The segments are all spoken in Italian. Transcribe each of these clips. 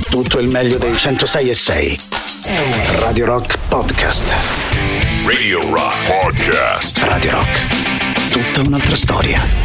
tutto il meglio dei 106.6. Radio Rock Podcast. Radio Rock Podcast. Radio Rock. Tutta un'altra storia.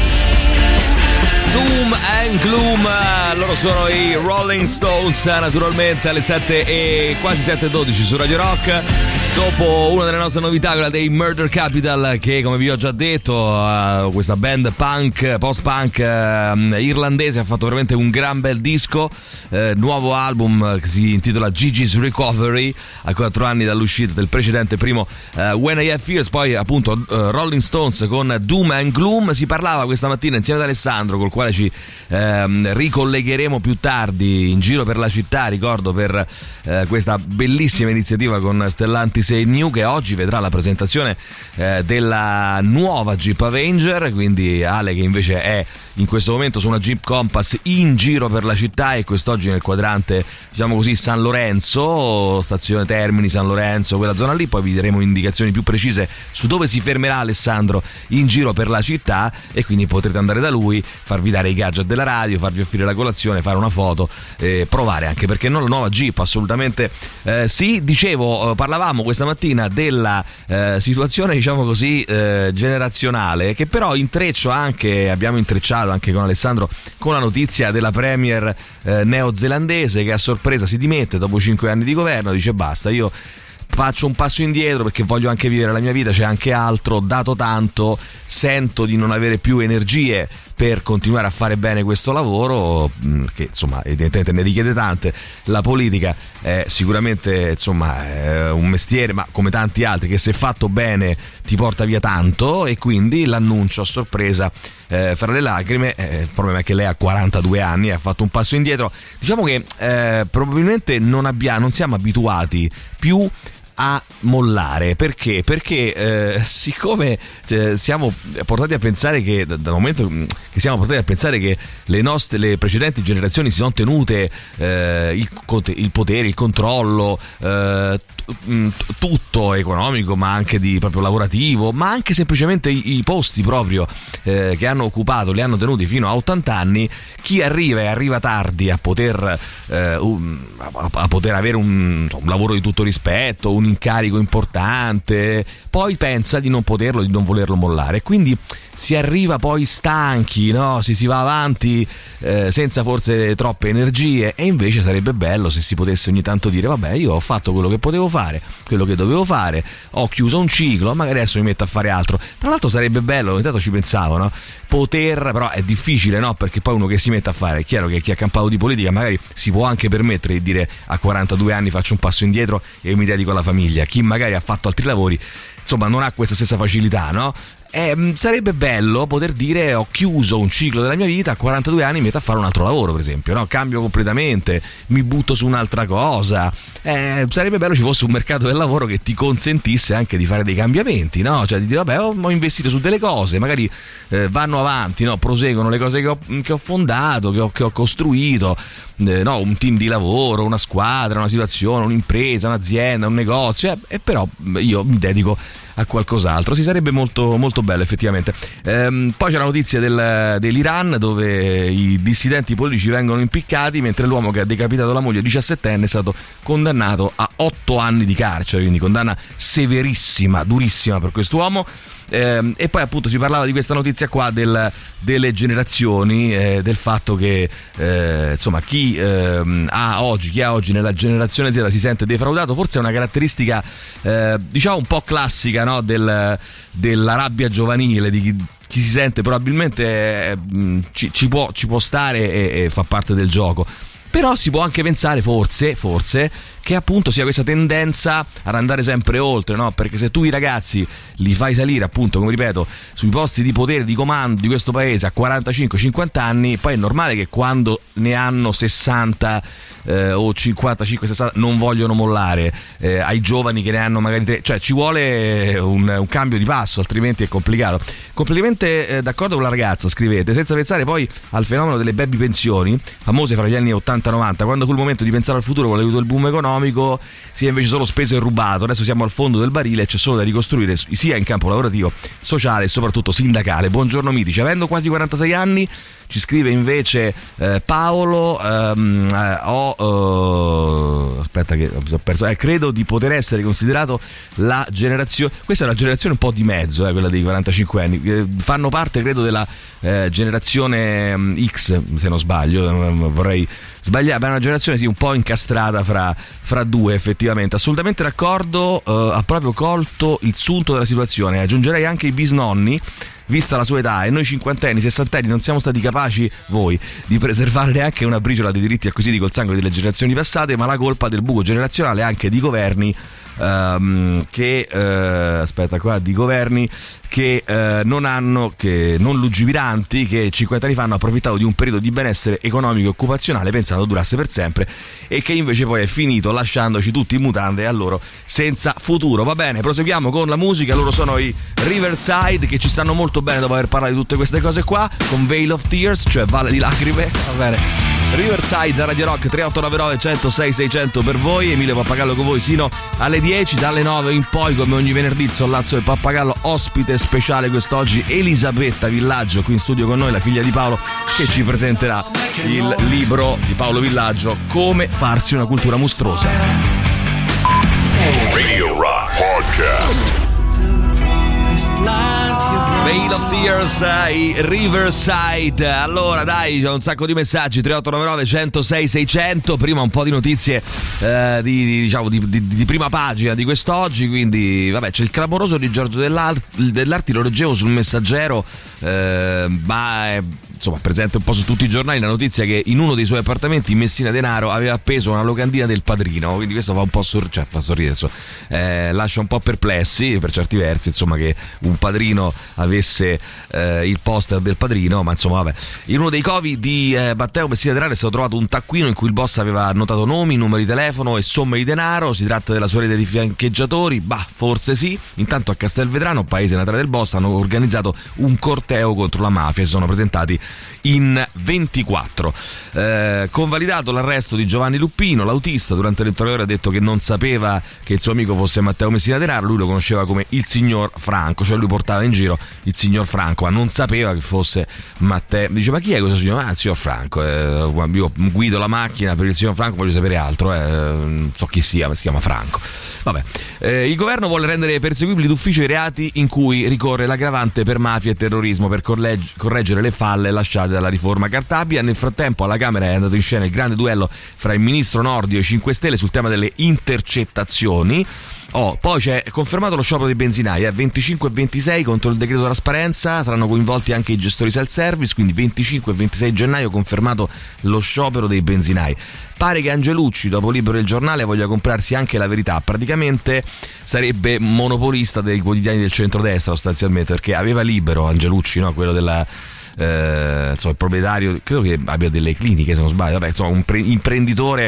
Doom and Gloom, loro sono i Rolling Stones, naturalmente alle 7 e quasi 7:12 su Radio Rock. Dopo una delle nostre novità, quella dei Murder Capital, che come vi ho già detto, questa band punk, post-punk irlandese, ha fatto veramente un gran bel disco, nuovo album che si intitola Gigi's Recovery, a 4 anni dall'uscita del precedente primo When I Have Fears. Poi appunto Rolling Stones con Doom and Gloom. Si parlava questa mattina insieme ad Alessandro, col quale ci ricollegheremo più tardi in giro per la città, ricordo, per questa bellissima iniziativa con Stellantis e New, che oggi vedrà la presentazione della nuova Jeep Avenger. Quindi Ale, che invece è in questo momento su una Jeep Compass in giro per la città, e quest'oggi nel quadrante, diciamo così, San Lorenzo, stazione Termini, San Lorenzo, quella zona lì. Poi vi daremo indicazioni più precise su dove si fermerà Alessandro in giro per la città, e quindi potrete andare da lui, farvi dare i gadget della radio, farvi offrire la colazione, fare una foto, provare anche, perché non, la nuova Jeep, assolutamente sì. Dicevo, parlavamo questa mattina della situazione, diciamo così, generazionale, che però intreccio anche, abbiamo intrecciato anche con Alessandro, con la notizia della premier neozelandese, che a sorpresa si dimette dopo 5 anni di governo, dice basta, io faccio un passo indietro perché voglio anche vivere la mia vita, c'è anche altro, ho dato tanto, sento di non avere più energie per continuare a fare bene questo lavoro, che insomma evidentemente ne richiede tante. La politica è sicuramente, insomma, è un mestiere, ma come tanti altri, che se fatto bene ti porta via tanto, e quindi l'annuncio a sorpresa fra le lacrime. Il problema è che lei ha 42 anni e ha fatto un passo indietro. Diciamo che probabilmente non siamo abituati più a mollare. Perché? Perché siccome siamo portati a pensare che, dal momento che siamo portati a pensare che le precedenti generazioni si sono tenute il potere, il controllo, tutto economico, ma anche di proprio lavorativo, ma anche semplicemente i posti proprio che hanno occupato, li hanno tenuti fino a 80 anni. Chi arriva tardi a poter avere un lavoro di tutto rispetto, un incarico importante, poi pensa di non poterlo, di non volerlo mollare, quindi si arriva poi stanchi, no? Si va avanti senza forse troppe energie. E invece sarebbe bello se si potesse ogni tanto dire vabbè, io ho fatto quello che potevo fare, quello che dovevo fare, ho chiuso un ciclo, magari adesso mi metto a fare altro. Tra l'altro sarebbe bello, ogni tanto ci pensavo, no? Però è difficile, no? Perché poi uno che si mette a fare, è chiaro che chi ha campato di politica magari si può anche permettere di dire a 42 anni faccio un passo indietro e mi dedico alla famiglia. Chi magari ha fatto altri lavori, insomma, non ha questa stessa facilità, no? Sarebbe bello poter dire ho chiuso un ciclo della mia vita, a 42 anni mi metto a fare un altro lavoro, per esempio, no? Cambio completamente, mi butto su un'altra cosa. Sarebbe bello ci fosse un mercato del lavoro che ti consentisse anche di fare dei cambiamenti, no? Cioè di dire vabbè, ho investito su delle cose, magari vanno avanti, no? Proseguono le cose che ho fondato, che ho costruito, no? Un team di lavoro, una squadra, una situazione, un'impresa, un'azienda, un negozio, e però io mi dedico a qualcos'altro. Si sarebbe molto, molto bello, effettivamente. Poi c'è la notizia dell'Iran, dove i dissidenti politici vengono impiccati, mentre l'uomo che ha decapitato la moglie 17enne è stato condannato a 8 anni di carcere, quindi condanna severissima, durissima per quest'uomo. E poi appunto si parlava di questa notizia qua delle generazioni, del fatto che insomma chi ha oggi nella generazione Z si sente defraudato. Forse è una caratteristica diciamo un po' classica, no? della rabbia giovanile, di chi si sente probabilmente ci può stare e fa parte del gioco. Però si può anche pensare forse che appunto sia questa tendenza ad andare sempre oltre, no? Perché se tu i ragazzi li fai salire, appunto, come ripeto, sui posti di potere, di comando di questo paese a 45-50 anni, poi è normale che quando ne hanno 60 o 55-60 non vogliono mollare. Ai giovani che ne hanno magari 3, cioè ci vuole un cambio di passo, altrimenti è complicato. Completamente d'accordo con la ragazza, scrivete, senza pensare poi al fenomeno delle baby pensioni, famose fra gli anni 80 80-90, quando fu il momento di pensare al futuro con l'aiuto del boom economico, si è invece solo speso e rubato. Adesso siamo al fondo del barile e c'è solo da ricostruire sia in campo lavorativo, sociale e soprattutto sindacale. Buongiorno mitici, avendo quasi 46 anni, ci scrive invece Paolo, aspetta che ho perso, credo di poter essere considerato la generazione, questa è una generazione un po' di mezzo, quella dei 45 anni, fanno parte credo della generazione X, se non sbaglio, vorrei sbagliare, ma è una generazione un po' incastrata fra due, effettivamente. Assolutamente d'accordo, ha proprio colto il sunto della situazione. Aggiungerei anche i bisnonni, vista la sua età, e noi cinquantenni, sessantenni non siamo stati capaci, voi, di preservare neanche una briciola dei diritti acquisiti col sangue delle generazioni passate, ma la colpa del buco generazionale anche di governi che non lungimiranti, che 50 anni fa hanno approfittato di un periodo di benessere economico e occupazionale pensando durasse per sempre, e che invece poi è finito lasciandoci tutti in mutande e a loro senza futuro. Va bene, proseguiamo con la musica. Loro sono i Riverside, che ci stanno molto bene dopo aver parlato di tutte queste cose qua, con Veil of Tears, cioè Valle di Lacrime. Va bene, Riverside, Radio Rock 3899 106 600 per voi. Emilio Pappagallo con voi sino alle 10, dalle 9 in poi, come ogni venerdì, il Sollazzo del Pappagallo, ospite speciale quest'oggi Elisabetta Villaggio qui in studio con noi, la figlia di Paolo, che ci presenterà il libro di Paolo Villaggio, Come farsi una cultura mostruosa. Radio Rock Podcast. Veil of Tears, i Riverside. Allora dai, c'è un sacco di messaggi, 3899 106 600. Prima un po' di notizie di prima pagina di quest'oggi. Quindi vabbè, c'è il clamoroso di Giorgio Dell'Arti, lo leggevo sul Messaggero, ma è insomma presente un po' su tutti i giornali la notizia che in uno dei suoi appartamenti in Messina Denaro aveva appeso una locandina del Padrino. Quindi questo fa un po' fa sorridere, lascia un po' perplessi per certi versi, insomma, che un padrino avesse il poster del Padrino, ma insomma vabbè. In uno dei covi di Matteo Messina Denaro è stato trovato un taccuino in cui il boss aveva annotato nomi, numeri di telefono e somme di denaro. Si tratta della sua rete di fiancheggiatori? Bah, forse sì. Intanto a Castelvetrano, paese natale del boss, hanno organizzato un corteo contro la mafia e sono presentati in 24. Convalidato l'arresto di Giovanni Luppino, l'autista. Durante l'interrogatorio ha detto che non sapeva che il suo amico fosse Matteo Messina Denaro, lui lo conosceva come il signor Franco, cioè lui portava in giro il signor Franco, ma non sapeva che fosse Matteo. Dice: ma chi è questo signor? Il signor Franco, io guido la macchina per il signor Franco, voglio sapere altro, non so chi sia, ma si chiama Franco. Vabbè, il governo vuole rendere perseguibili d'ufficio i reati in cui ricorre l'aggravante per mafia e terrorismo per correggere le falle lasciate dalla riforma Cartabia. Nel frattempo alla Camera è andato in scena il grande duello fra il ministro Nordio e i 5 Stelle sul tema delle intercettazioni. Poi c'è confermato lo sciopero dei benzinai, 25 e 26 contro il decreto trasparenza, saranno coinvolti anche i gestori self-service, quindi 25 e 26 gennaio confermato lo sciopero dei benzinai. Pare che Angelucci, dopo Libero del Giornale, voglia comprarsi anche La Verità, praticamente sarebbe monopolista dei quotidiani del centrodestra sostanzialmente, perché aveva Libero Angelucci, no? Quello della... il proprietario, credo che abbia delle cliniche se non sbaglio, vabbè, insomma un imprenditore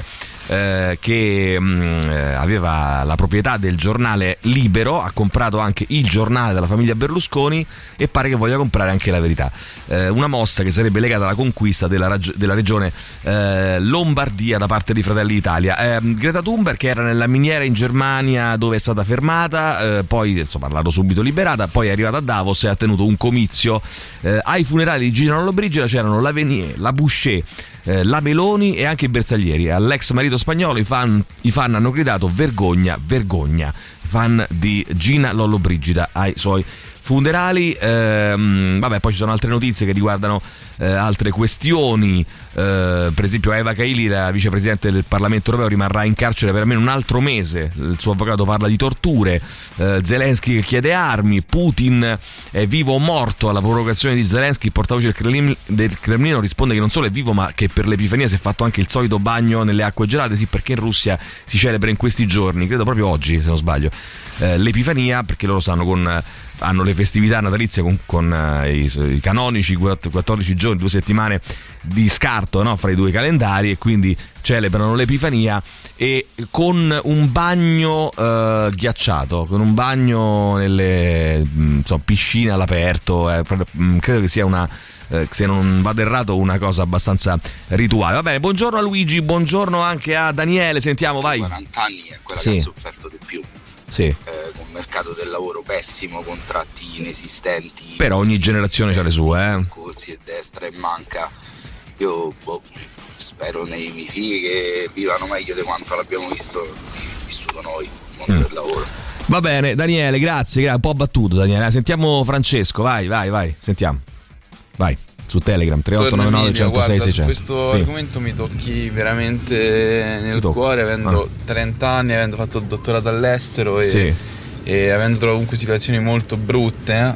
che aveva la proprietà del giornale Libero, ha comprato anche il giornale della famiglia Berlusconi e pare che voglia comprare anche La Verità, una mossa che sarebbe legata alla conquista della regione Lombardia da parte di Fratelli d'Italia. Greta Thunberg, che era nella miniera in Germania dove è stata fermata, poi insomma l'hanno subito liberata, poi è arrivata a Davos e ha tenuto un comizio. Ai funerali di Gina Lollobrigida c'erano la Venier, la Boucher, la Meloni e anche i Bersaglieri. All'ex marito spagnolo i fan hanno gridato vergogna, vergogna. Fan di Gina Lollobrigida ai suoi funerali. Vabbè, poi ci sono altre notizie che riguardano altre questioni, per esempio Eva Kaili, la vicepresidente del Parlamento europeo, rimarrà in carcere per almeno un altro mese. Il suo avvocato parla di torture. Zelensky che chiede armi. Putin è vivo o morto alla provocazione di Zelensky. Il portavoce del Cremlino risponde che non solo è vivo, ma che per l'Epifania si è fatto anche il solito bagno nelle acque gelate. Sì, perché in Russia si celebra in questi giorni, credo proprio oggi se non sbaglio, l'Epifania, perché loro hanno le festività natalizie con i canonici 14 giorni giorni, 2 settimane di scarto, no, fra i due calendari, e quindi celebrano l'Epifania e con un bagno ghiacciato, con un bagno nelle piscine all'aperto. Credo che sia una se non vado errato, una cosa abbastanza rituale. Va bene, buongiorno a Luigi, buongiorno anche a Daniele, sentiamo, vai. 40 anni è quella che ha sofferto di più. Sì. Con un mercato del lavoro pessimo, contratti inesistenti. Però ogni generazione ha le sue, corsi e destra e manca. Io spero nei miei figli che vivano meglio di quanto l'abbiamo vissuto noi, il mondo del lavoro. Va bene, Daniele, grazie, un po' battuto Daniele. Sentiamo Francesco, vai, sentiamo. Vai, su Telegram 3899 106 600. Questo argomento mi tocchi veramente nel cuore, avendo 30 anni, avendo fatto il dottorato all'estero e avendo trovato comunque situazioni molto brutte.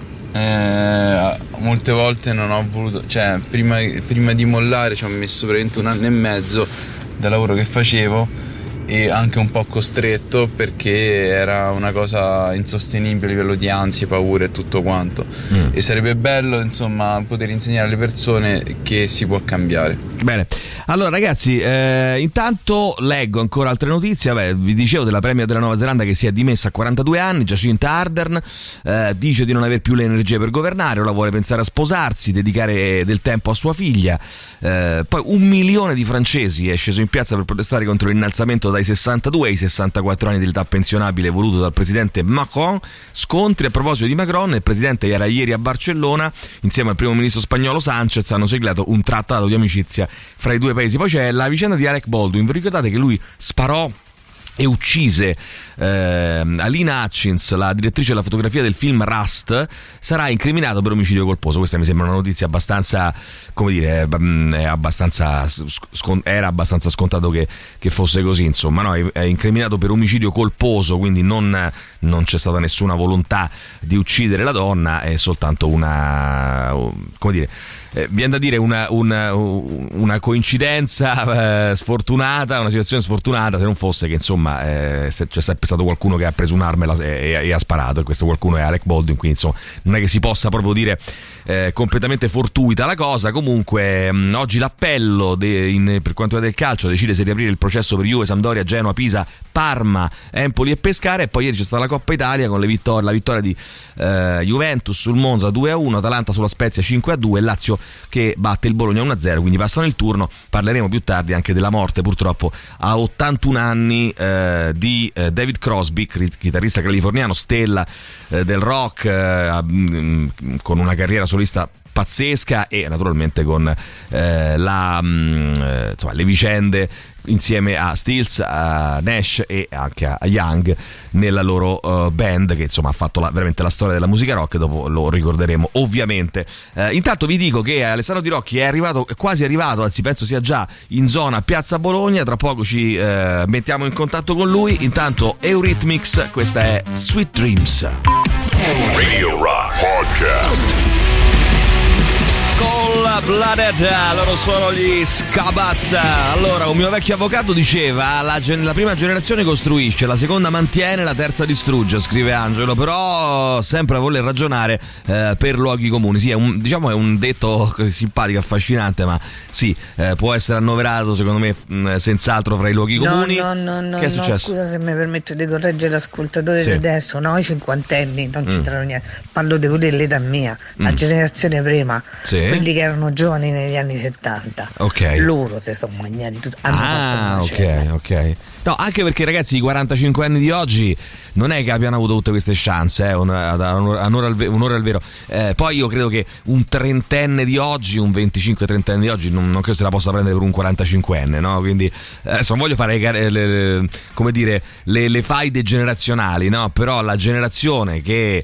Molte volte non ho voluto, cioè prima di mollare ci ho messo veramente 1 anno e mezzo dal lavoro che facevo, e anche un po' costretto, perché era una cosa insostenibile a livello di ansie, paure e tutto quanto. E sarebbe bello, insomma, poter insegnare alle persone che si può cambiare. Bene, allora ragazzi, intanto leggo ancora altre notizie. Vi dicevo della Premier della Nuova Zelanda che si è dimessa a 42 anni. Jacinda Ardern dice di non aver più le energie per governare, ora vuole pensare a sposarsi, dedicare del tempo a sua figlia. Poi 1 milione di francesi è sceso in piazza per protestare contro l'innalzamento dai 62 ai 64 anni dell'età pensionabile voluto dal presidente Macron. Scontri a proposito di Macron. Il presidente era ieri a Barcellona insieme al primo ministro spagnolo Sanchez, hanno siglato un trattato di amicizia fra i due paesi. Poi c'è la vicenda di Alec Baldwin. Vi ricordate che lui sparò e uccise Alina Hutchins, la direttrice della fotografia del film Rust? Sarà incriminato per omicidio colposo. Questa mi sembra una notizia abbastanza, come dire, era abbastanza scontato che fosse così, insomma, no? È incriminato per omicidio colposo, quindi non c'è stata nessuna volontà di uccidere la donna, è soltanto una, come dire, viene da dire una coincidenza sfortunata, una situazione sfortunata, se non fosse che, insomma, c'è sempre stato qualcuno che ha preso un'arma e ha sparato, e questo qualcuno è Alec Baldwin, quindi insomma non è che si possa proprio dire completamente fortuita la cosa. Comunque oggi l'appello per quanto riguarda il calcio decide se riaprire il processo per Juve, Sampdoria, Genoa, Pisa, Parma, Empoli e Pescara. E poi ieri c'è stata la Coppa Italia con la vittoria di Juventus sul Monza 2-1, Atalanta sulla Spezia 5-2 e Lazio che batte il Bologna 1-0, quindi passano il turno. Parleremo più tardi anche della morte, purtroppo a 81 anni, di David Crosby, chitarrista californiano, stella del rock, con una carriera solista pazzesca e naturalmente con le vicende insieme a Stills, a Nash e anche a Young nella loro band, che insomma ha fatto veramente la storia della musica rock. Dopo lo ricorderemo ovviamente. Intanto vi dico che Alessandro Di Rocchi è quasi arrivato, anzi penso sia già in zona Piazza Bologna. Tra poco ci mettiamo in contatto con lui. Intanto Eurythmics, questa è Sweet Dreams. Radio Rock Podcast. Blooded, loro sono gli Scabaz. Allora, un mio vecchio avvocato diceva la prima generazione costruisce, la seconda mantiene, la terza distrugge, scrive Angelo. Però sempre a voler ragionare per luoghi comuni. Sì, è un detto simpatico, affascinante, ma sì, può essere annoverato secondo me senz'altro fra i luoghi comuni. No, che è successo? Scusa se mi permetto di correggere l'ascoltatore di adesso. Noi cinquantenni non c'entrano niente, parlo di quelli dell'età mia, la generazione prima, quelli che erano giovani negli anni 70. Loro si sono mangiati tutto. Ok. No, anche perché ragazzi, i 45 anni di oggi non è che abbiano avuto tutte queste chance, un'ora al vero. Poi io credo che un trentenne di oggi, un 25-30enne di oggi non credo se la possa prendere per un 45enne, no? Quindi non voglio fare le faide generazionali, no? Però la generazione che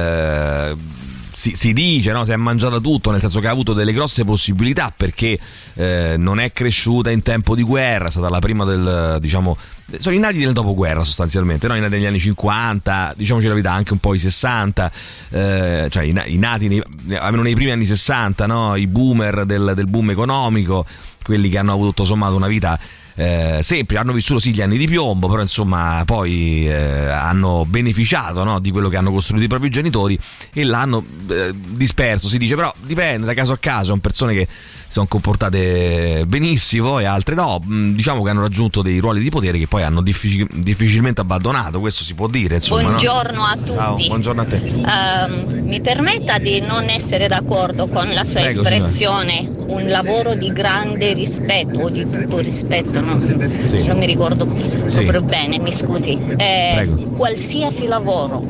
si dice, no, si è mangiata tutto, nel senso che ha avuto delle grosse possibilità perché non è cresciuta in tempo di guerra, è stata la prima sono i nati nel dopoguerra sostanzialmente, no? I nati negli anni 50, diciamoci la verità, anche un po' i 60, cioè i nati almeno nei primi anni 60, no? I boomer del boom economico, quelli che hanno avuto tutto sommato una vita semplice, hanno vissuto sì gli anni di piombo, però insomma poi hanno beneficiato, no, di quello che hanno costruito i propri genitori e l'hanno disperso, si dice, però dipende da caso a caso, sono persone che sono comportate benissimo e altre no, diciamo che hanno raggiunto dei ruoli di potere che poi hanno difficilmente abbandonato, questo si può dire, insomma. Buongiorno, no? A tutti. Ciao, buongiorno a te. Mi permetta di non essere d'accordo con la sua espressione, un lavoro di grande rispetto o di tutto rispetto, no? Sì. Non mi ricordo proprio bene, mi scusi. Qualsiasi lavoro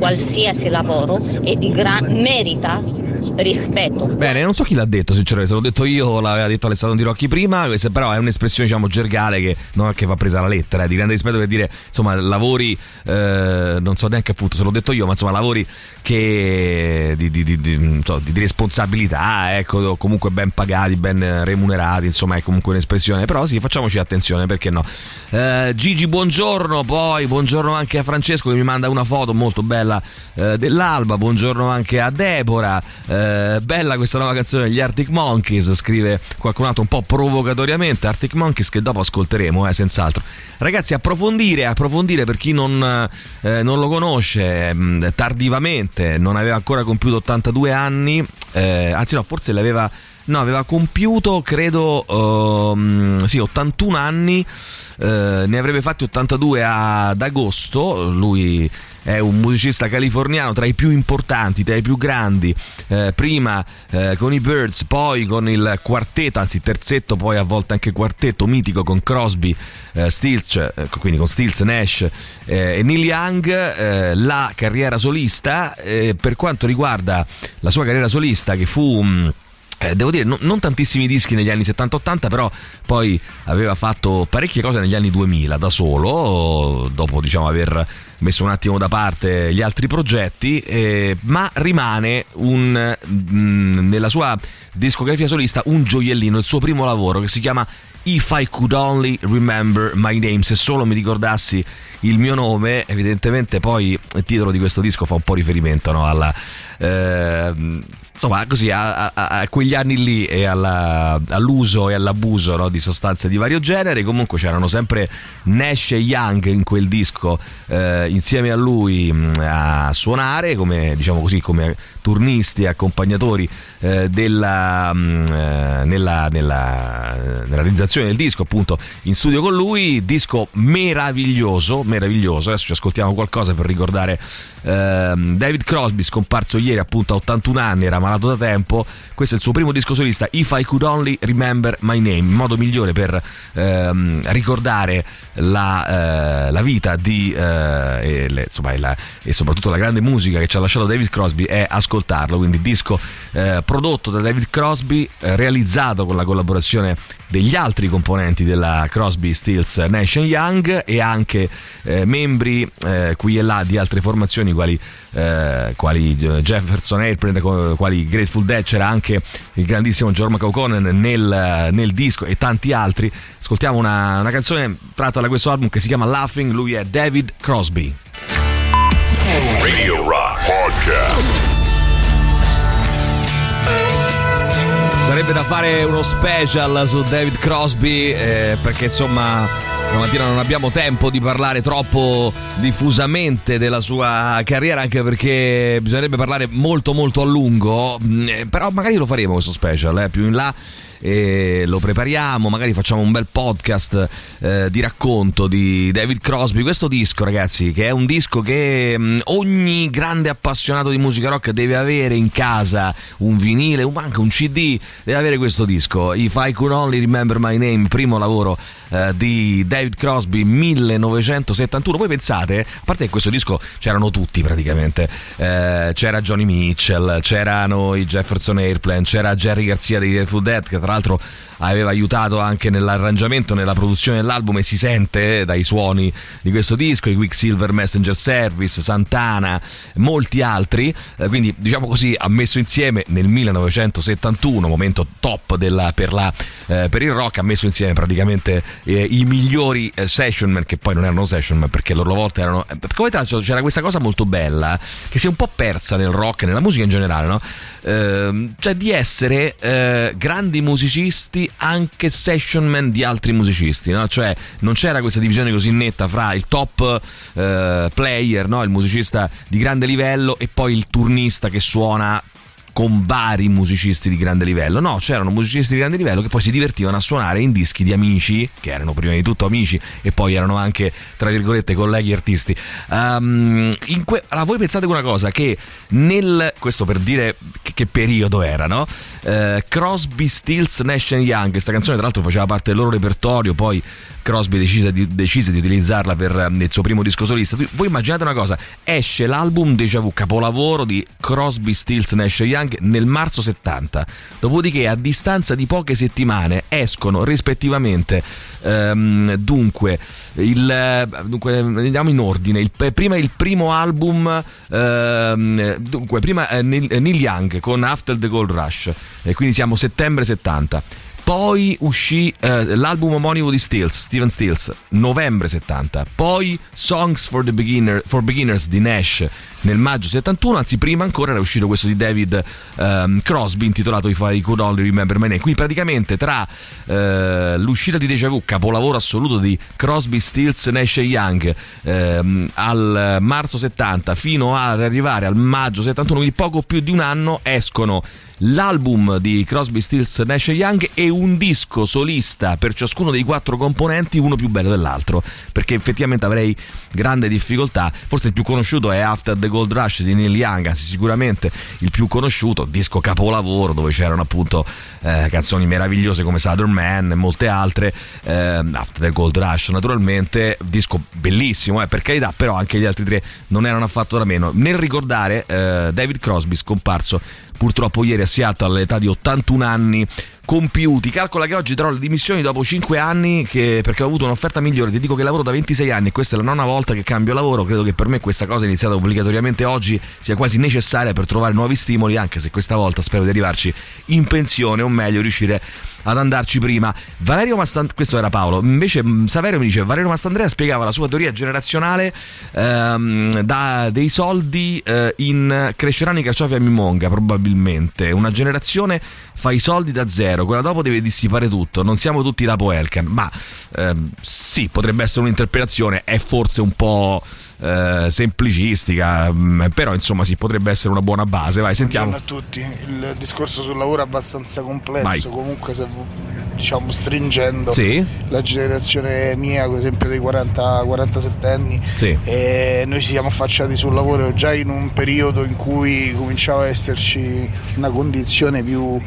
è di merita rispetto. Bene, non so chi l'ha detto, sinceramente, se l'ho detto io o l'aveva detto Alessandro Di Rocchi prima, questa però è un'espressione, diciamo, gergale che non è che va presa alla lettera, di grande rispetto, per dire, insomma, lavori, non so neanche appunto se l'ho detto io, ma insomma lavori che di responsabilità, ecco, comunque ben pagati, ben remunerati, insomma è comunque un'espressione, però sì, facciamoci attenzione, perché no. Gigi, buongiorno, poi buongiorno anche a Francesco che mi manda una foto molto bella dell'alba, buongiorno anche a Deborah, bella questa nuova canzone degli Arctic Monkeys, scrive qualcun altro un po' provocatoriamente, Arctic Monkeys, che dopo ascolteremo, senz'altro. Ragazzi, approfondire per chi non lo conosce, tardivamente, non aveva ancora compiuto 82 anni, anzi no, forse aveva compiuto, credo, 81 anni, ne avrebbe fatti 82 ad agosto. Lui è un musicista californiano tra i più importanti, tra i più grandi, prima con i Byrds, poi con il quartetto, anzi terzetto, poi a volte anche quartetto mitico con Crosby, Stills, quindi con Stills, Nash e Neil Young. La carriera solista, per quanto riguarda la sua carriera solista, che fu... devo dire non tantissimi dischi negli anni 70-80, però poi aveva fatto parecchie cose negli anni 2000 da solo, dopo, diciamo, aver messo un attimo da parte gli altri progetti, ma rimane nella sua discografia solista un gioiellino, il suo primo lavoro, che si chiama If I Could Only Remember My Name, se solo mi ricordassi il mio nome. Evidentemente poi il titolo di questo disco fa un po' riferimento, no, alla insomma così a quegli anni lì e all'uso e all'abuso, no, di sostanze di vario genere. Comunque c'erano sempre Nash e Young in quel disco, insieme a lui a suonare come, diciamo così, come turnisti e accompagnatori nella realizzazione del disco, appunto in studio con lui. Disco meraviglioso. Adesso ci ascoltiamo qualcosa per ricordare David Crosby, scomparso ieri appunto a 81 anni, era malato da tempo. Questo è il suo primo disco solista, If I Could Only Remember My Name, il modo migliore per ricordare la vita di e soprattutto la grande musica che ci ha lasciato David Crosby è ascoltarlo. Quindi disco prodotto da David Crosby, realizzato con la collaborazione degli altri componenti della Crosby, Stills, Nash & Young, e anche membri qui e là di altre formazioni quali Jefferson Airplane, quali Grateful Dead. C'era anche il grandissimo Jorma Kaukonen nel disco e tanti altri. Ascoltiamo una canzone tratta da questo album che si chiama Laughing. Lui è David Crosby. Radio Rock Podcast. Sarebbe da fare uno special su David Crosby, perché insomma stamattina non abbiamo tempo di parlare troppo diffusamente della sua carriera, anche perché bisognerebbe parlare molto molto a lungo, però magari lo faremo questo special più in là. E lo prepariamo, magari facciamo un bel podcast di racconto di David Crosby. Questo disco, ragazzi, che è un disco che ogni grande appassionato di musica rock deve avere in casa, un vinile, anche un CD, deve avere questo disco, If I Could Only Remember My Name, primo lavoro di David Crosby, 1971. Voi pensate, a parte che questo disco c'erano tutti praticamente, c'era Johnny Mitchell, c'erano i Jefferson Airplane, c'era Jerry Garcia dei Grateful Dead, che tra l'altro aveva aiutato anche nell'arrangiamento, nella produzione dell'album, e si sente dai suoni di questo disco, i Quicksilver Messenger Service, Santana, molti altri. Quindi, diciamo così, ha messo insieme nel 1971, momento top per il rock, ha messo insieme praticamente i migliori sessionman, che poi non erano sessionman perché a loro volta erano, come tra l'altro c'era questa cosa molto bella che si è un po' persa nel rock e nella musica in generale, no? Cioè di essere grandi musicisti anche session man di altri musicisti, no? Cioè non c'era questa divisione così netta fra il top player, no? Il musicista di grande livello e poi il turnista che suona con vari musicisti di grande livello. No, c'erano musicisti di grande livello che poi si divertivano a suonare in dischi di amici, che erano prima di tutto amici e poi erano anche, tra virgolette, colleghi artisti. Allora, voi pensate una cosa, che questo per dire che periodo era, no? Crosby, Stills, Nash & Young, questa canzone tra l'altro faceva parte del loro repertorio, poi Crosby decise di utilizzarla per il suo primo disco solista. Voi immaginate una cosa, esce l'album Déjà Vu, capolavoro di Crosby, Stills, Nash & Young nel marzo 70, dopodiché a distanza di poche settimane escono rispettivamente dunque andiamo in ordine, prima il primo album, dunque prima Neil Young con After the Gold Rush, e quindi siamo settembre 70. Poi uscì l'album omonimo di Steven Stills, novembre 70. Poi Songs for Beginners di Nash nel maggio 71, anzi prima ancora era uscito questo di David Crosby intitolato If I Could Only Remember My Name. Quindi praticamente tra l'uscita di Déjà Vu, capolavoro assoluto di Crosby, Stills, Nash & Young, al marzo 70 fino ad arrivare al maggio 71, quindi poco più di un anno, escono l'album di Crosby, Stills, Nash & Young e un disco solista per ciascuno dei 4 componenti, uno più bello dell'altro, perché effettivamente avrei grande difficoltà. Forse il più conosciuto è After the Gold Rush di Neil Young, anzi sicuramente il più conosciuto, disco capolavoro dove c'erano appunto canzoni meravigliose come Southern Man e molte altre. After the Gold Rush naturalmente, disco bellissimo per carità, però anche gli altri 3 non erano affatto da meno. Nel ricordare David Crosby, scomparso purtroppo ieri a Seattle all'età di 81 anni compiuti. Calcola che oggi darò le dimissioni dopo 5 anni perché ho avuto un'offerta migliore. Ti dico che lavoro da 26 anni e questa è la 9ª volta che cambio lavoro. Credo che per me questa cosa iniziata obbligatoriamente oggi sia quasi necessaria per trovare nuovi stimoli, anche se questa volta spero di arrivarci in pensione, o meglio riuscire ad andarci prima. Questo era Paolo. Invece Saverio mi dice: Valerio Mastandrea spiegava la sua teoria generazionale, dei soldi cresceranno i carciofi a Mimonga, probabilmente una generazione fa i soldi da zero, quella dopo deve dissipare tutto, non siamo tutti Lapo Elkan. Ma sì, potrebbe essere un'interpretazione, è forse un po' semplicistica, però insomma sì, potrebbe essere una buona base. Vai, sentiamo. Buongiorno a tutti. Il discorso sul lavoro è abbastanza complesso. Vai. Comunque, se diciamo stringendo, sì, la generazione mia, ad esempio dei 40-47 anni, sì, noi ci siamo affacciati sul lavoro già in un periodo in cui cominciava a esserci una condizione più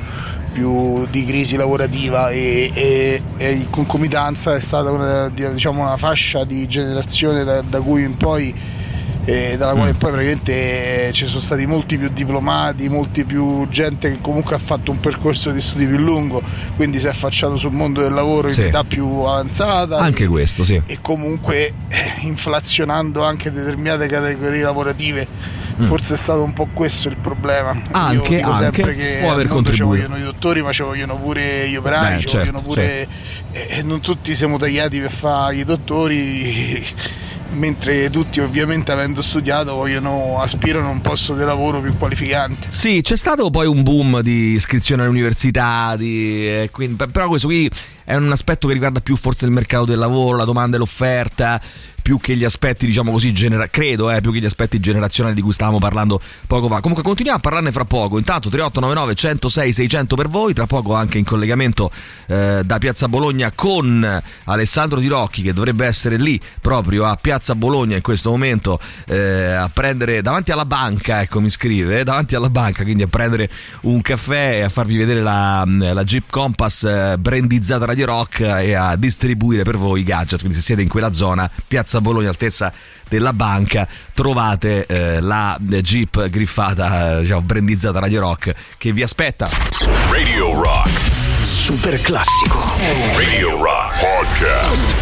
di crisi lavorativa e in concomitanza è stata una fascia di generazione da cui in poi dalla quale poi praticamente ci sono stati molti più diplomati, molti più gente che comunque ha fatto un percorso di studi più lungo, quindi si è affacciato sul mondo del lavoro in età più avanzata, anche questo sì, e comunque inflazionando anche determinate categorie lavorative. Forse è stato un po' questo il problema. Io dico sempre che al mondo ci vogliono i dottori, ma ci vogliono pure gli operai, ci vogliono pure non tutti siamo tagliati per fare i dottori, mentre tutti ovviamente avendo studiato aspirano a un posto di lavoro più qualificante. Sì, c'è stato poi un boom di iscrizione all'università, però questo qui è un aspetto che riguarda più forse il mercato del lavoro, la domanda e l'offerta, più che gli aspetti, diciamo così, credo, più che gli aspetti generazionali di cui stavamo parlando poco fa. Comunque continuiamo a parlarne fra poco. Intanto 3899 106 600 per voi, tra poco anche in collegamento da Piazza Bologna con Alessandro Di Rocchi, che dovrebbe essere lì proprio a Piazza Bologna in questo momento a prendere davanti alla banca, ecco, mi scrive davanti alla banca, quindi a prendere un caffè e a farvi vedere la Jeep Compass brandizzata Radio Rock e a distribuire per voi i gadget. Quindi se siete in quella zona, Piazza Bologna, altezza della banca, trovate la Jeep griffata, diciamo, brandizzata Radio Rock che vi aspetta. Radio Rock super classico. Radio Rock Podcast.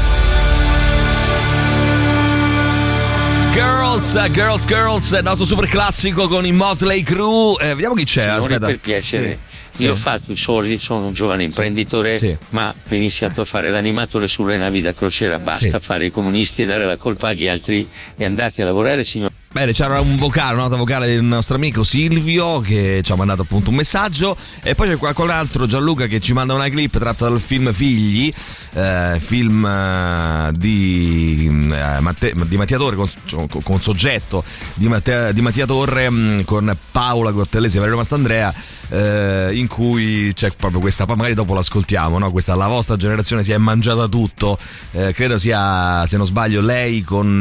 Girls, il nostro super classico con i Motley Crue. Vediamo chi c'è. Signori, aspetta. Per piacere, io ho fatto i soldi, sono un giovane imprenditore, ma ho iniziato a fare l'animatore sulle navi da crociera. Basta fare i comunisti e dare la colpa agli altri e andate a lavorare, signor. Bene, c'era un vocale, una nota vocale del nostro amico Silvio che ci ha mandato appunto un messaggio, e poi c'è qualcun altro, Gianluca, che ci manda una clip tratta dal film Figli, film di Mattia Torre, con soggetto di Mattia Torre, con Paola Cortellesi e Valerio Mastandrea, in cui c'è proprio questa, magari dopo l'ascoltiamo, no? Questa la vostra generazione si è mangiata tutto, credo sia, se non sbaglio, lei con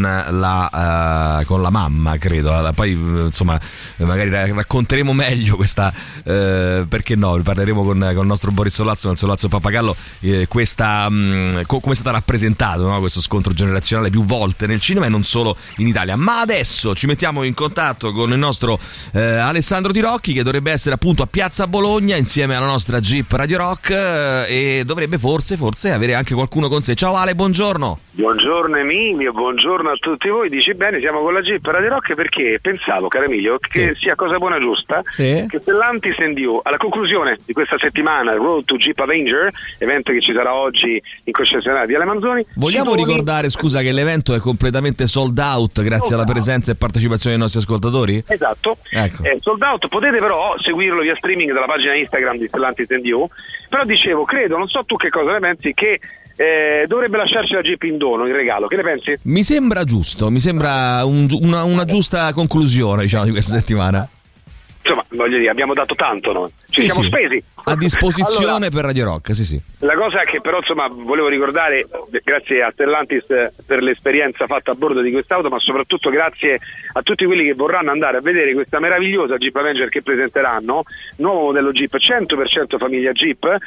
la mamma, credo. Poi insomma magari racconteremo meglio questa, perché no, parleremo con il nostro Boris Sollazzo, nel Sollazzo Pappagallo, questa come è stata rappresentato, no? Questo scontro generazionale più volte nel cinema e non solo in Italia. Ma adesso ci mettiamo in contatto con il nostro Alessandro Tirocchi, che dovrebbe essere appunto a Piazza Bologna insieme alla nostra Jeep Radio Rock, e dovrebbe forse avere anche qualcuno con sé. Ciao Ale, buongiorno. Buongiorno Emilio, buongiorno a tutti voi. Dici bene, siamo con la Jeep Radio Rock, perché pensavo, caro Emilio, che sia cosa buona e giusta che Stellantis and You, alla conclusione di questa settimana, Road to Jeep Avenger, evento che ci sarà oggi in concessionaria di Ale Manzoni. Vogliamo ricordare, scusa, che l'evento è completamente sold out grazie alla presenza e partecipazione dei nostri ascoltatori? Esatto, ecco. Sold out. Potete però seguirlo via streaming dalla pagina Instagram di Stellantis and You. Però dicevo, credo, non so tu che cosa ne pensi, che dovrebbe lasciarci la Jeep in dono, in regalo. Che ne pensi? Mi sembra giusto, mi sembra una giusta conclusione, diciamo, di questa settimana. Insomma, voglio dire, abbiamo dato tanto, no? Ci siamo spesi a disposizione per Radio Rock, sì. La cosa che però, insomma, volevo ricordare, grazie a Stellantis per l'esperienza fatta a bordo di quest'auto, ma soprattutto grazie a tutti quelli che vorranno andare a vedere questa meravigliosa Jeep Avenger che presenteranno, nuovo modello Jeep 100% famiglia Jeep,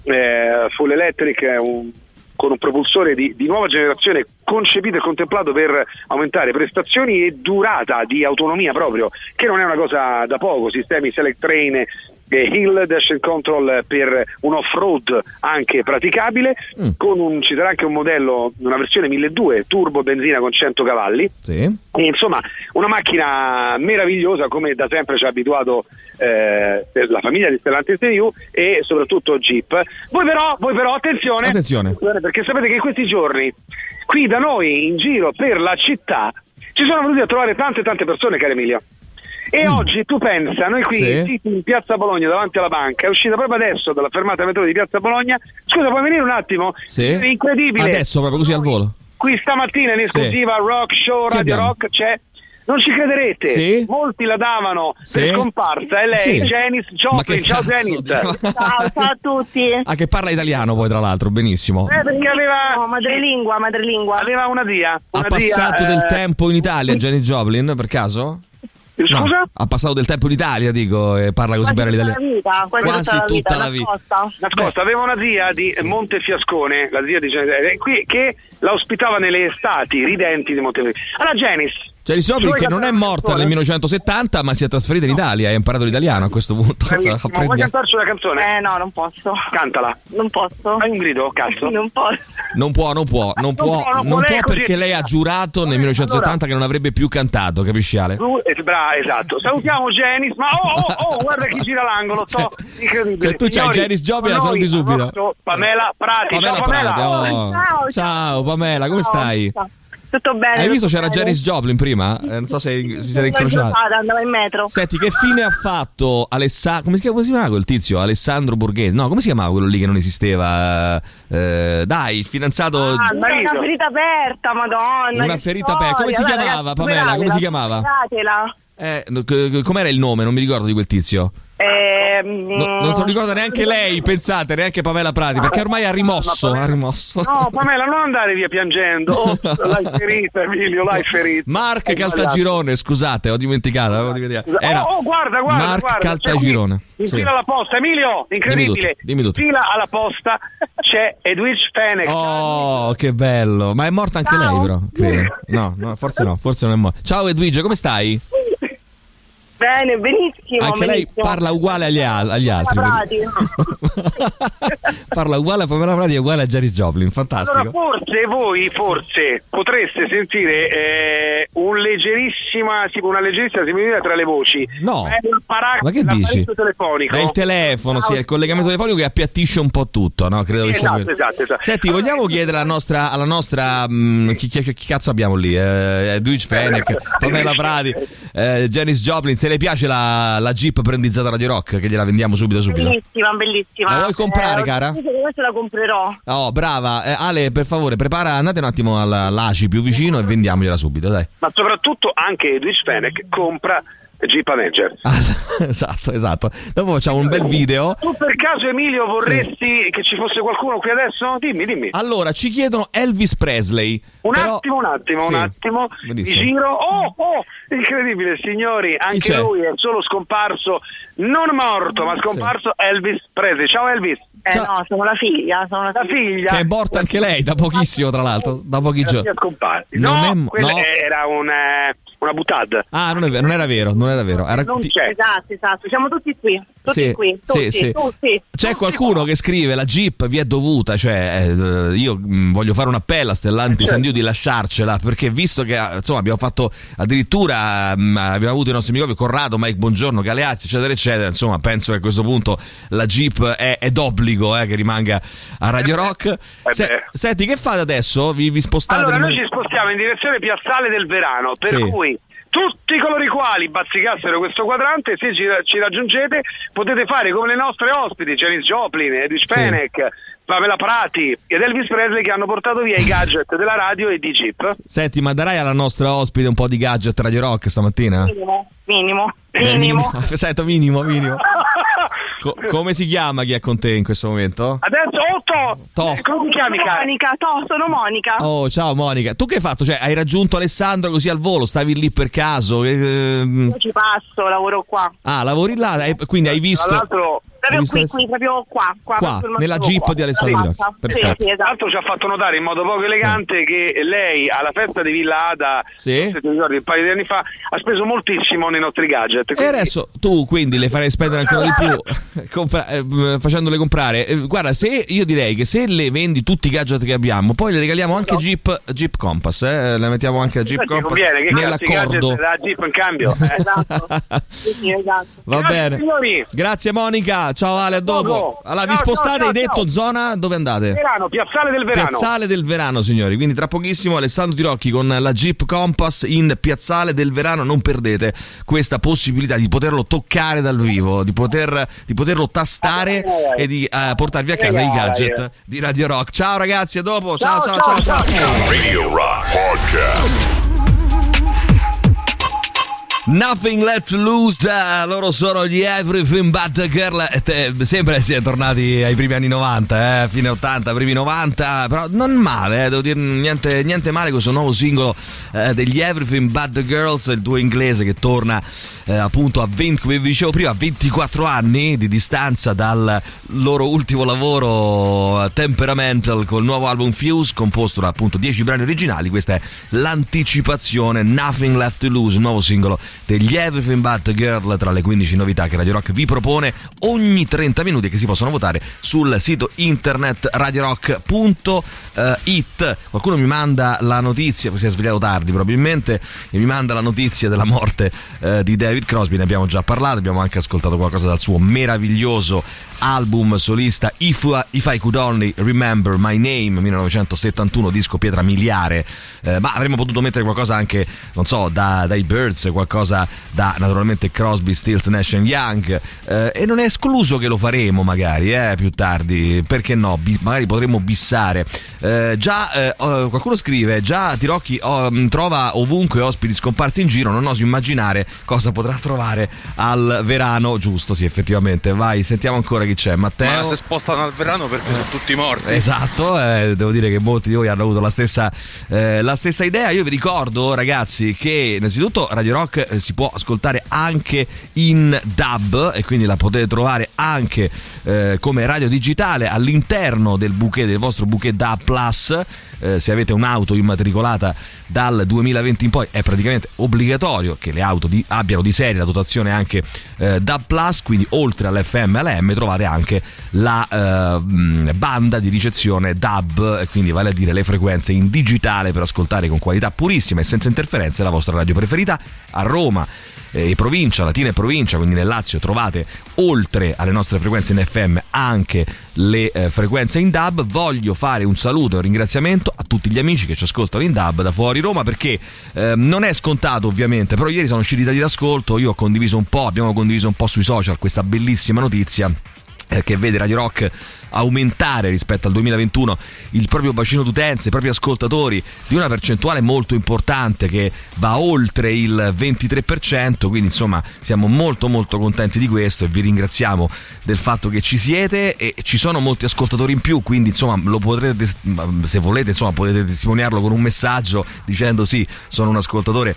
full electric, con un propulsore di nuova generazione, concepito e contemplato per aumentare prestazioni e durata di autonomia proprio, che non è una cosa da poco. Sistemi Select Train, Hill Dash and Control per un off-road anche praticabile, ci sarà anche un modello, una versione 1200 turbo benzina con 100 cavalli. E, insomma, una macchina meravigliosa, come da sempre ci ha abituato la famiglia di Stellantis and You e soprattutto Jeep. Voi però attenzione, perché sapete che in questi giorni qui da noi in giro per la città ci sono venuti a trovare tante persone, caro Emilio. E oggi tu pensa, noi qui in Piazza Bologna davanti alla banca, è uscita proprio adesso dalla fermata metro di Piazza Bologna. Scusa, puoi venire un attimo? È incredibile. Adesso proprio così al volo. Qui stamattina in esclusiva Rock Show Radio Rock c'è. Non ci crederete, molti la davano per scomparsa, e lei, Janis Joplin. Ciao Janis. Ciao a tutti. Che parla italiano poi, tra l'altro, benissimo. Perché aveva madrelingua. Aveva una zia. Ha passato del tempo in Italia, Janis Joplin, per caso? Scusa? No, ha passato del tempo in Italia, dico, e parla così bene l'italiano. Quasi tutta la vita. Nascosta. Aveva una zia di Montefiascone, la zia di qui, che la ospitava nelle estati ridenti di Montefiascone. Allora Janis Joplin, che non è morta nel 1970, ma si è trasferita in Italia e ha imparato l'italiano a questo punto. Vuoi cantarci una canzone? No, non posso. Cantala. Non posso. Fai un grido, cazzo. Non posso. Non può perché lei ha giurato nel 1980 che non avrebbe più cantato, capisci Ale? Brava, esatto. Salutiamo Janis, ma guarda chi gira l'angolo, incredibile. Cioè, tu c'hai Janis Joplin, la saluti subito. Pamela Prati. Ciao Pamela. Ciao Pamela, come stai? Tutto bene. Hai visto c'era Janis Joplin prima? Non so se vi siete incrociati. Andava in metro. Senti, che fine ha fatto come si chiamava quel tizio? Alessandro Borghese? No, come si chiamava quello lì che non esisteva? Dai, il fidanzato. Una ferita aperta, madonna. Una ferita aperta. Come si chiamava, Pamela? Come si chiamava? Com'era il nome? Non mi ricordo di quel tizio. Non se lo ricorda neanche lei, pensate, neanche Pamela Prati, perché ormai ha rimosso. No, Pamela, non andare via piangendo. L'hai ferita, Emilio, l'hai ferita. Mark Caltagirone, scusate, ho dimenticato. Era guarda. Mark Caltagirone. In fila alla posta, Emilio, incredibile. Dimmi tutto. In fila alla posta c'è Edwidge Fenech. Oh, che bello. Ma è morta anche lei, però, credo. No, forse non è morta. Ciao Edwidge, come stai? Bene, benissimo. Anche lei parla uguale agli altri. Parla uguale a Pamela Prati e uguale a Janis Joplin, fantastico. Allora, forse voi potreste sentire una leggerissima similitudine tra le voci. No, è ma che dici? Telefonico. È il telefono, sì, è il collegamento telefonico che appiattisce un po' tutto, no? Credo che sia esatto. Senti, vogliamo chiedere alla nostra chi cazzo abbiamo lì? Duic Fenech, Pamela Prati, Janis Joplin. Se le piace la Jeep prendizzata Radio Rock, che gliela vendiamo subito. Bellissima. La vuoi comprare, cara? Questa la comprerò. Oh, brava. Ale, per favore, andate un attimo all'ACI più vicino e vendiamogliela subito, dai. Ma soprattutto anche Duic Fenech compra Jeep Avenger. Esatto. Dopo facciamo un bel video. Tu per caso, Emilio, vorresti che ci fosse qualcuno qui adesso? Dimmi. Allora, ci chiedono Elvis Presley. Un attimo. Di giro. Oh, incredibile, signori. Anche lui è solo scomparso, non morto, ma scomparso Elvis Presley. Ciao Elvis. No, sono la figlia. La figlia. Che è morta anche lei da pochissimo, tra l'altro. Da pochi giorni. Quella era una buttata. Ah, non era vero. Era non c'è. Esatto. Siamo tutti qui. Tutti. C'è qualcuno che scrive: la Jeep vi è dovuta, cioè io voglio fare un appello a Stellantis di lasciarcela, perché visto che insomma abbiamo fatto addirittura abbiamo avuto i nostri amici Corrado, Mike Buongiorno, Galeazzi, eccetera, insomma penso che a questo punto la Jeep è d'obbligo che rimanga a Radio Rock. Senti, che fate adesso? Vi spostate? Allora noi ci spostiamo in direzione Piazzale del Verano, per cui tutti coloro i quali bazzicassero questo quadrante, se ci raggiungete, potete fare come le nostre ospiti, Janis Joplin, Duic Fenech, Pamela Prati ed Elvis Presley, che hanno portato via i gadget della radio e di Jeep. Senti, ma darai alla nostra ospite un po' di gadget Radio Rock stamattina? Minimo. Sento, minimo. Come si chiama chi è con te in questo momento? Adesso come ti chiami? Monica, sono Monica. Oh, ciao Monica. Tu che hai fatto? Cioè, hai raggiunto Alessandro così al volo? Stavi lì per caso? Io ci passo, lavoro qua. Ah, lavori là? Quindi hai visto? Tra l'altro proprio qua nella Jeep di Alessandro. Perfetto. Tra l'altro ci ha fatto notare in modo poco elegante che lei alla festa di Villa Ada, se ti ricordi, un paio di anni fa, ha speso moltissimo nei nostri gadget. Quindi... E adesso tu quindi le farei spendere ancora di più facendole comprare. Guarda, se io direi che se le vendi tutti i gadget che abbiamo, poi le regaliamo anche Jeep Compass, le mettiamo anche a Jeep Compass conviene, che nell'accordo da Jeep in cambio. Esatto. Va bene. Signori. Grazie Monica. Ciao Ale, a dopo. Allora, vi spostate, hai detto zona, dove andate? Verano, Piazzale del Verano. Piazzale del Verano, signori. Quindi tra pochissimo Alessandro Tirocchi con la Jeep Compass in Piazzale del Verano. Non perdete questa possibilità di poterlo toccare dal vivo, di poterlo tastare e di portarvi a casa i gadget di Radio Rock. Ciao ragazzi, a dopo. Ciao. Radio Rock Podcast. Nothing Left to Lose, loro sono gli Everything But a Girl. Sempre si è tornati ai primi anni 90, fine 80, primi 90, però non male, devo dire niente male questo nuovo singolo degli Everything But the Girls, il duo inglese che torna appunto come vi dicevo prima, a 24 anni di distanza dal loro ultimo lavoro Temperamental, col nuovo album Fuse, composto da appunto 10 brani originali. Questa è l'anticipazione, Nothing Left to Lose, un nuovo singolo degli Everything But a Girl, tra le 15 novità che Radio Rock vi propone ogni 30 minuti, che si possono votare sul sito internet radiorock.it. Qualcuno mi manda la notizia, si è svegliato tardi probabilmente, e mi manda la notizia della morte di David Crosby. Ne abbiamo già parlato, abbiamo anche ascoltato qualcosa dal suo meraviglioso album solista If I Could Only Remember My Name, 1971, disco pietra miliare, ma avremmo potuto mettere qualcosa anche, non so, dai Birds, qualcosa da naturalmente Crosby, Stills, Nash & Young, e non è escluso che lo faremo magari più tardi, perché no, magari potremmo bissare. Qualcuno scrive: già Tirocchi trova ovunque ospiti scomparsi in giro, non oso immaginare cosa potrà trovare al Verano. Giusto, sì, effettivamente. Vai, sentiamo ancora chi c'è. Matteo. Ma si spostano al Verano perché sono tutti morti. Esatto, devo dire che molti di voi hanno avuto la stessa idea. Io vi ricordo, ragazzi, che innanzitutto Radio Rock si può ascoltare anche in DAB e quindi la potete trovare anche come radio digitale all'interno del vostro bouquet DAB Plus. Se avete un'auto immatricolata dal 2020 in poi è praticamente obbligatorio che le auto abbiano di serie la dotazione anche DAB Plus, quindi oltre all'FM e all'AM trovate anche la banda di ricezione DAB, quindi vale a dire le frequenze in digitale per ascoltare con qualità purissima e senza interferenze la vostra radio preferita. A Roma e provincia, Latina e provincia, quindi nel Lazio, trovate oltre alle nostre frequenze in FM anche le frequenze in DAB. Voglio fare un saluto e un ringraziamento a tutti gli amici che ci ascoltano in DAB da fuori Roma, perché non è scontato ovviamente, però ieri sono usciti dati d'ascolto, abbiamo condiviso un po' sui social questa bellissima notizia che vede Radio Rock aumentare rispetto al 2021 il proprio bacino d'utenza, i propri ascoltatori di una percentuale molto importante che va oltre il 23%, quindi insomma siamo molto molto contenti di questo e vi ringraziamo del fatto che ci siete, e ci sono molti ascoltatori in più, quindi insomma lo potrete, se volete, insomma potete testimoniarlo con un messaggio dicendo sì, sono un ascoltatore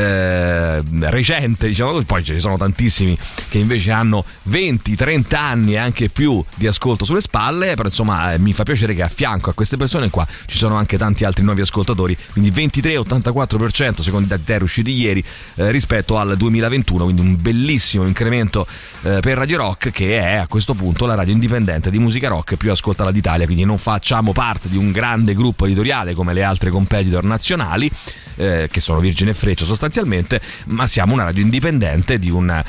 recente, diciamo così. Poi ce ne sono tantissimi che invece hanno 20-30 anni e anche più di ascolto sulle spalle, però insomma mi fa piacere che a fianco a queste persone qua ci sono anche tanti altri nuovi ascoltatori, quindi 23-84% secondo i dati usciti ieri rispetto al 2021, quindi un bellissimo incremento per Radio Rock, che è a questo punto la radio indipendente di musica rock più ascoltata d'Italia, quindi non facciamo parte di un grande gruppo editoriale come le altre competitor nazionali che sono Virgine e Freccia sostanzialmente, ma siamo una radio indipendente di una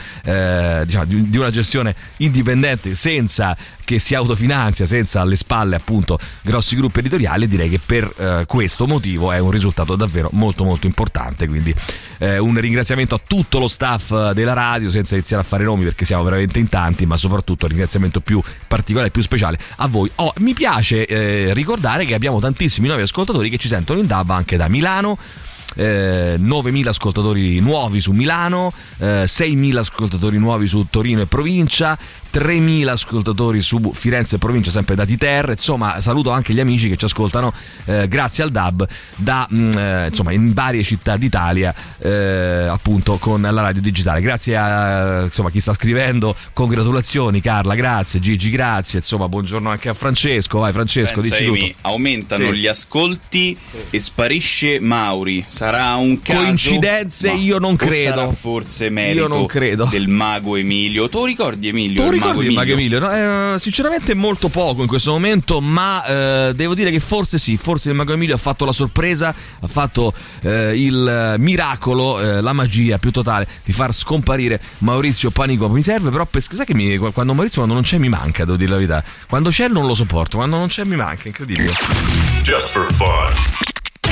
gestione indipendente senza che si autofinanzia, senza alle spalle appunto grossi gruppi editoriali. Direi che per questo motivo è un risultato davvero molto molto importante, quindi un ringraziamento a tutto lo staff della radio, senza iniziare a fare nomi perché siamo veramente in tanti, ma soprattutto un ringraziamento più particolare, più speciale a voi. Mi piace ricordare che abbiamo tantissimi nuovi ascoltatori che ci sentono in DAB anche da Milano, 9.000 ascoltatori nuovi su Milano, 6.000 ascoltatori nuovi su Torino e provincia, 3.000 ascoltatori su Firenze e provincia, sempre da Terra. Insomma, saluto anche gli amici che ci ascoltano grazie al DAB da insomma in varie città d'Italia, appunto con la radio digitale. Grazie a insomma chi sta scrivendo, congratulazioni Carla, grazie, Gigi grazie, insomma buongiorno anche a Francesco. Vai Francesco, dici tutto. Aumentano gli ascolti e sparisce Mauri. Sarà un caso? Coincidenze? Io non credo. Sarà forse merito del mago Emilio. Tu ricordi Emilio? Il mago Emilio? No, sinceramente molto poco in questo momento, ma devo dire che forse sì, forse il mago Emilio ha fatto la sorpresa, ha fatto il miracolo, la magia più totale di far scomparire Maurizio Panico. Mi serve però sai che quando Maurizio non c'è mi manca, devo dire la verità. Quando c'è non lo sopporto, quando non c'è mi manca, incredibile. Just for fun.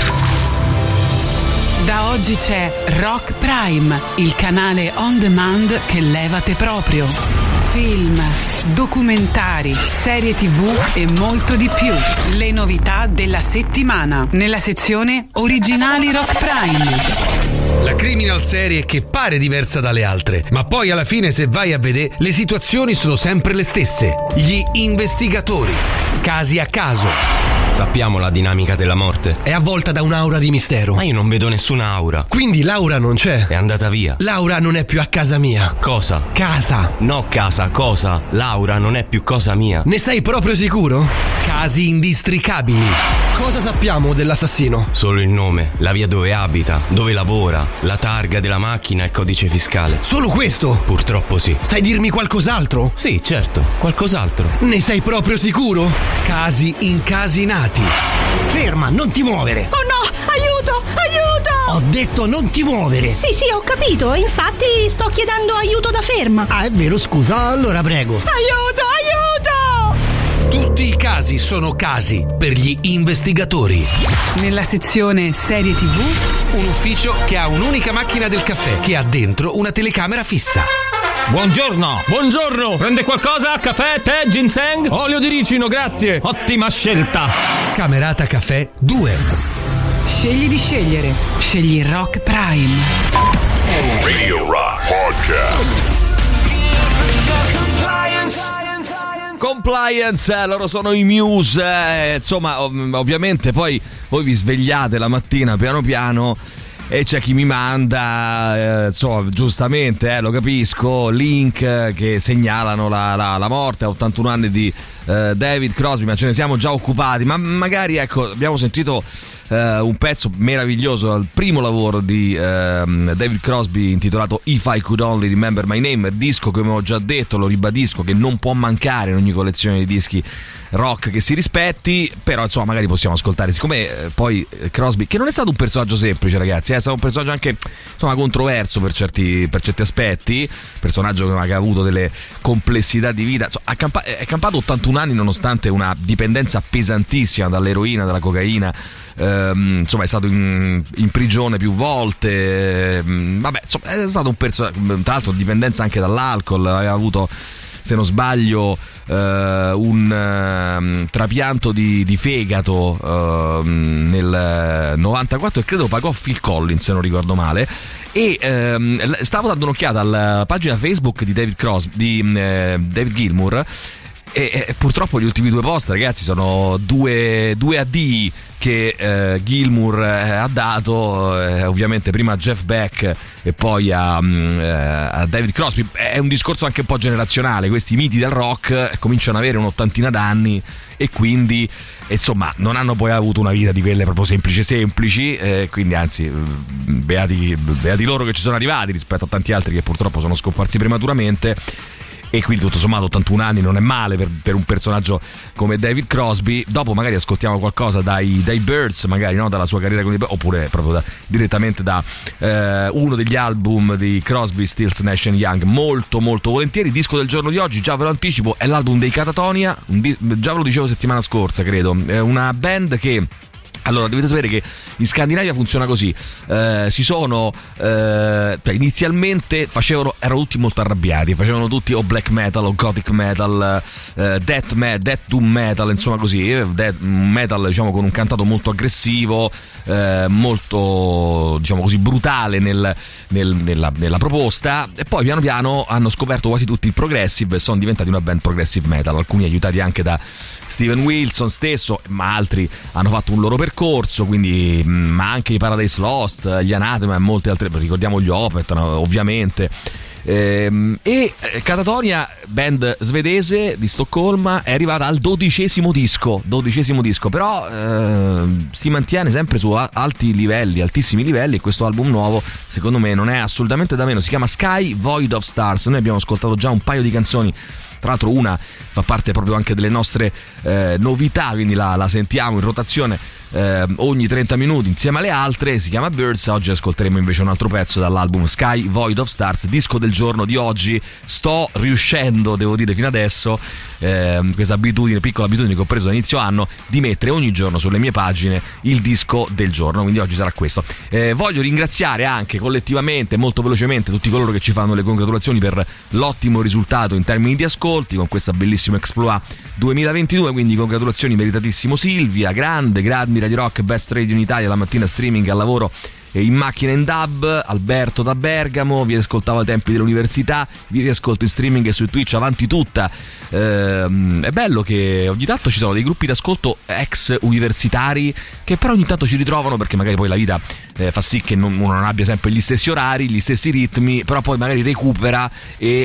Da oggi c'è Rock Prime, il canale on demand che levate proprio. Film, documentari, serie TV e molto di più. Le novità della settimana nella sezione Originali Rock Prime. La criminal serie che pare diversa dalle altre, ma poi alla fine se vai a vedere le situazioni sono sempre le stesse. Gli investigatori, casi a caso. Sappiamo la dinamica della morte. È avvolta da un'aura di mistero. Ma io non vedo nessuna aura. Quindi Laura non c'è. È andata via. Laura non è più a casa mia. Cosa? Casa. No, casa, cosa? Laura non è più cosa mia. Ne sei proprio sicuro? Casi indistricabili. Cosa sappiamo dell'assassino? Solo il nome, la via dove abita, dove lavora, la targa della macchina e il codice fiscale. Solo questo? Purtroppo sì. Sai dirmi qualcos'altro? Sì, certo, qualcos'altro. Ne sei proprio sicuro? Casi incasinati. Ferma, non ti muovere. Oh no, aiuto, aiuto! Ho detto non ti muovere. Sì, ho capito, infatti sto chiedendo aiuto da Ferma. Ah, è vero, scusa, allora prego. Aiuto, aiuto! Tutti i casi sono casi per gli investigatori. Nella sezione serie TV, un ufficio che ha un'unica macchina del caffè che ha dentro una telecamera fissa. Buongiorno. Buongiorno. Prende qualcosa? Caffè, tè, ginseng? Olio di ricino, grazie. Ottima scelta. Camerata Caffè 2. Scegli di scegliere. Scegli Rock Prime. Radio Rock Podcast. Compliance, loro sono i Muse, insomma ovviamente poi voi vi svegliate la mattina piano piano E c'è chi mi manda, insomma, giustamente, lo capisco, link che segnalano la morte a 81 anni di David Crosby, ma ce ne siamo già occupati. Ma magari, ecco, abbiamo sentito un pezzo meraviglioso, il primo lavoro di David Crosby intitolato If I Could Only Remember My Name, disco, come ho già detto, lo ribadisco, che non può mancare in ogni collezione di dischi rock che si rispetti. Però insomma magari possiamo ascoltare, siccome poi Crosby, che non è stato un personaggio semplice, ragazzi, è stato un personaggio anche, insomma, controverso per certi aspetti, personaggio che ha avuto delle complessità di vita, insomma, è campato 81 anni nonostante una dipendenza pesantissima dall'eroina, dalla cocaina. Insomma, è stato in prigione più volte, vabbè, insomma, è stato un personaggio, tra l'altro dipendenza anche dall'alcol, aveva avuto, se non sbaglio, un trapianto di fegato nel 94, e credo pagò Phil Collins, se non ricordo male. E stavo dando un'occhiata alla pagina Facebook di David Gilmour, e purtroppo gli ultimi due post, ragazzi, sono due addii che Gilmour ha dato, ovviamente prima a Jeff Beck e poi a David Crosby. È un discorso anche un po' generazionale, questi miti del rock cominciano ad avere un'ottantina d'anni e quindi, insomma, non hanno poi avuto una vita di quelle proprio semplici, quindi anzi beati loro che ci sono arrivati rispetto a tanti altri che purtroppo sono scomparsi prematuramente. E quindi tutto sommato 81 anni non è male per un personaggio come David Crosby. Dopo magari ascoltiamo qualcosa dai Byrds, magari, no, dalla sua carriera con i Byrds, oppure proprio direttamente da uno degli album di Crosby, Stills, Nash & Young, molto molto volentieri. Disco del giorno di oggi, già ve lo anticipo, è l'album dei Catatonia, già ve lo dicevo settimana scorsa, credo, è una band che, allora, dovete sapere che in Scandinavia funziona così, inizialmente erano tutti molto arrabbiati, facevano tutti o black metal o gothic metal, death doom metal, insomma così, metal, diciamo, con un cantato molto aggressivo, molto, diciamo così, brutale nella proposta. E poi piano piano hanno scoperto quasi tutti il progressive e sono diventati una band progressive metal, alcuni aiutati anche da Steven Wilson stesso, ma altri hanno fatto un loro percorso, quindi, ma anche i Paradise Lost, gli Anathema e molte altre, ricordiamo gli Opeth, ovviamente. E Catatonia, band svedese di Stoccolma, è arrivata al 12° disco, però si mantiene sempre su altissimi livelli, e questo album nuovo secondo me non è assolutamente da meno, si chiama Sky Void of Stars. Noi abbiamo ascoltato già un paio di canzoni, tra l'altro una fa parte proprio anche delle nostre novità, quindi la sentiamo in rotazione ogni 30 minuti insieme alle altre, si chiama Birds. Oggi ascolteremo invece un altro pezzo dall'album Sky Void of Stars, disco del giorno di oggi. Sto riuscendo, devo dire, fino adesso, questa piccola abitudine che ho preso da inizio anno, di mettere ogni giorno sulle mie pagine il disco del giorno, quindi oggi sarà questo. Voglio ringraziare anche collettivamente, molto velocemente, tutti coloro che ci fanno le congratulazioni per l'ottimo risultato in termini di ascolti con questa bellissima Exploit 2022, quindi congratulazioni, meritatissimo Silvia, grandi Radio Rock, best radio in Italia, la mattina streaming, al lavoro e in macchina in DAB. Alberto da Bergamo, vi ascoltavo ai tempi dell'università, vi riascolto in streaming e su Twitch, avanti tutta. È bello che ogni tanto ci sono dei gruppi d'ascolto ex universitari che però ogni tanto ci ritrovano, perché magari poi la vita fa sì che uno non abbia sempre gli stessi orari, gli stessi ritmi, però poi magari recupera e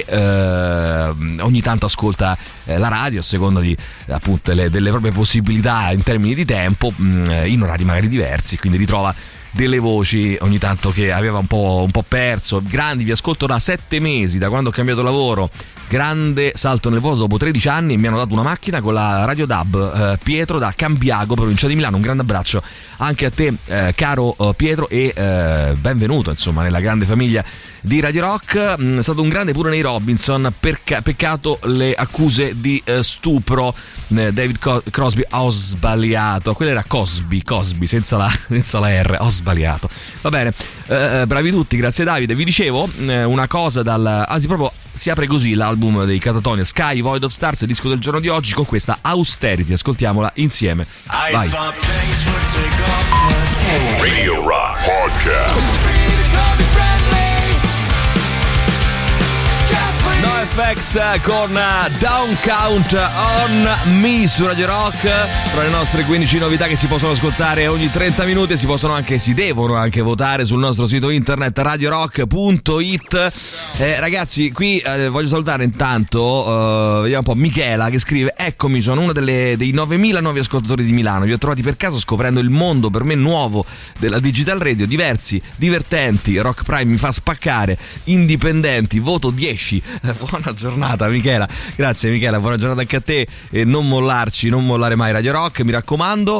ogni tanto ascolta la radio a seconda di, appunto, delle proprie possibilità in termini di tempo, in orari magari diversi, quindi ritrova delle voci ogni tanto che aveva un po' perso. Grandi, vi ascolto da 7 mesi, da quando ho cambiato lavoro. Grande salto nel vuoto dopo 13 anni e mi hanno dato una macchina con la Radio DAB. Pietro da Cambiago, provincia di Milano, un grande abbraccio anche a te, caro Pietro, e benvenuto, insomma, nella grande famiglia di Radio Rock. È stato un grande pure nei Robinson, peccato le accuse di stupro. David Crosby, ho sbagliato, quello era Cosby senza la R, ho sbagliato. Va bene, bravi tutti, grazie Davide. Vi dicevo una cosa proprio si apre così l'album dei Catatonia, Sky Void of Stars, disco del giorno di oggi, con questa Austerity. Ascoltiamola insieme. Vai. Radio Rock Podcast. NoFX Skrillex con Don't Count on Me su Radio Rock. Tra le nostre 15 novità che si possono ascoltare ogni 30 minuti, si devono anche votare sul nostro sito internet radiorock.it. Ragazzi, qui voglio salutare intanto, vediamo un po', Michela che scrive: eccomi, sono uno dei 9.000 nuovi ascoltatori di Milano, vi ho trovati per caso scoprendo il mondo per me nuovo della digital radio, diversi, divertenti, Rock Prime mi fa spaccare, indipendenti, voto 10. Buona giornata Michela, grazie Michela, buona giornata anche a te, e non mollare mai Radio Rock, mi raccomando.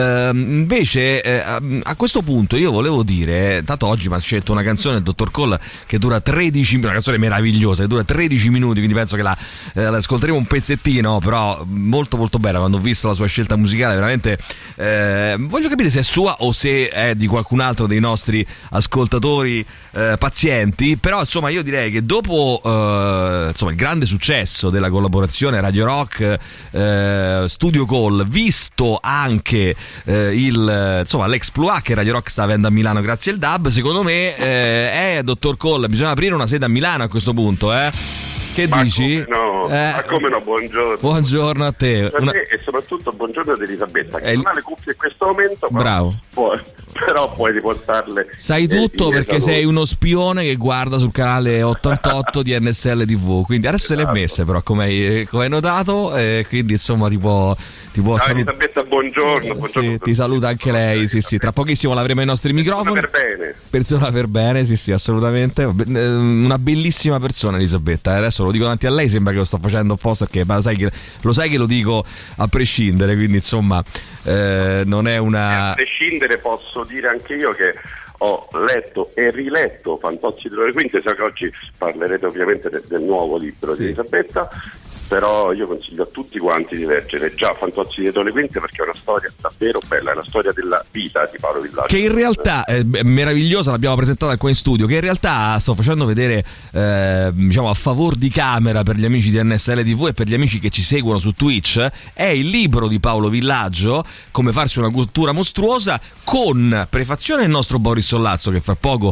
Invece a questo punto io volevo dire, tanto oggi mi ha scelto una canzone del Dr. Cole che dura 13 minuti, una canzone meravigliosa che dura 13 minuti, quindi penso che l'ascolteremo un pezzettino, però molto molto bella. Quando ho visto la sua scelta musicale veramente voglio capire se è sua o se è di qualcun altro dei nostri ascoltatori pazienti, però insomma io direi che dopo il grande successo della collaborazione Radio Rock Studio Call, visto anche l'exploit che Radio Rock sta avendo a Milano grazie al DAB, secondo me Dr. Call bisogna aprire una sede a Milano a questo punto, Che dici? Come no, buongiorno. Buongiorno a te. E soprattutto buongiorno ad Elisabetta, che non ha le cuffie in questo momento. Bravo. Però puoi riportarle. Sai tutto perché sei uno spione che guarda sul canale 88 di NSL TV. Quindi adesso se l'è messe, però, come hai notato, quindi insomma ti può salutare. Elisabetta, buongiorno. Sì, ti saluta anche lei. Sì. Tra pochissimo l'avremo ai nostri microfoni. Persona per bene, sì, assolutamente. Una bellissima persona, Elisabetta. Adesso lo dico davanti a lei, sembra che lo sto facendo apposta, perché lo sai che lo dico a prescindere, quindi insomma non è una. A prescindere posso dire anche io che ho letto e riletto Fantozzi di Lore Quinte, so che oggi parlerete ovviamente del nuovo libro di Elisabetta, però io consiglio a tutti quanti di leggere già Fantozzi dietro le quinte, perché è una storia davvero bella, è la storia della vita di Paolo Villaggio, che in realtà è meravigliosa, l'abbiamo presentata qua in studio, che in realtà sto facendo vedere a favor di camera per gli amici di NSL TV e per gli amici che ci seguono su Twitch. È il libro di Paolo Villaggio, Come farsi una cultura mostruosa, con prefazione il nostro Boris Sollazzo, che fra poco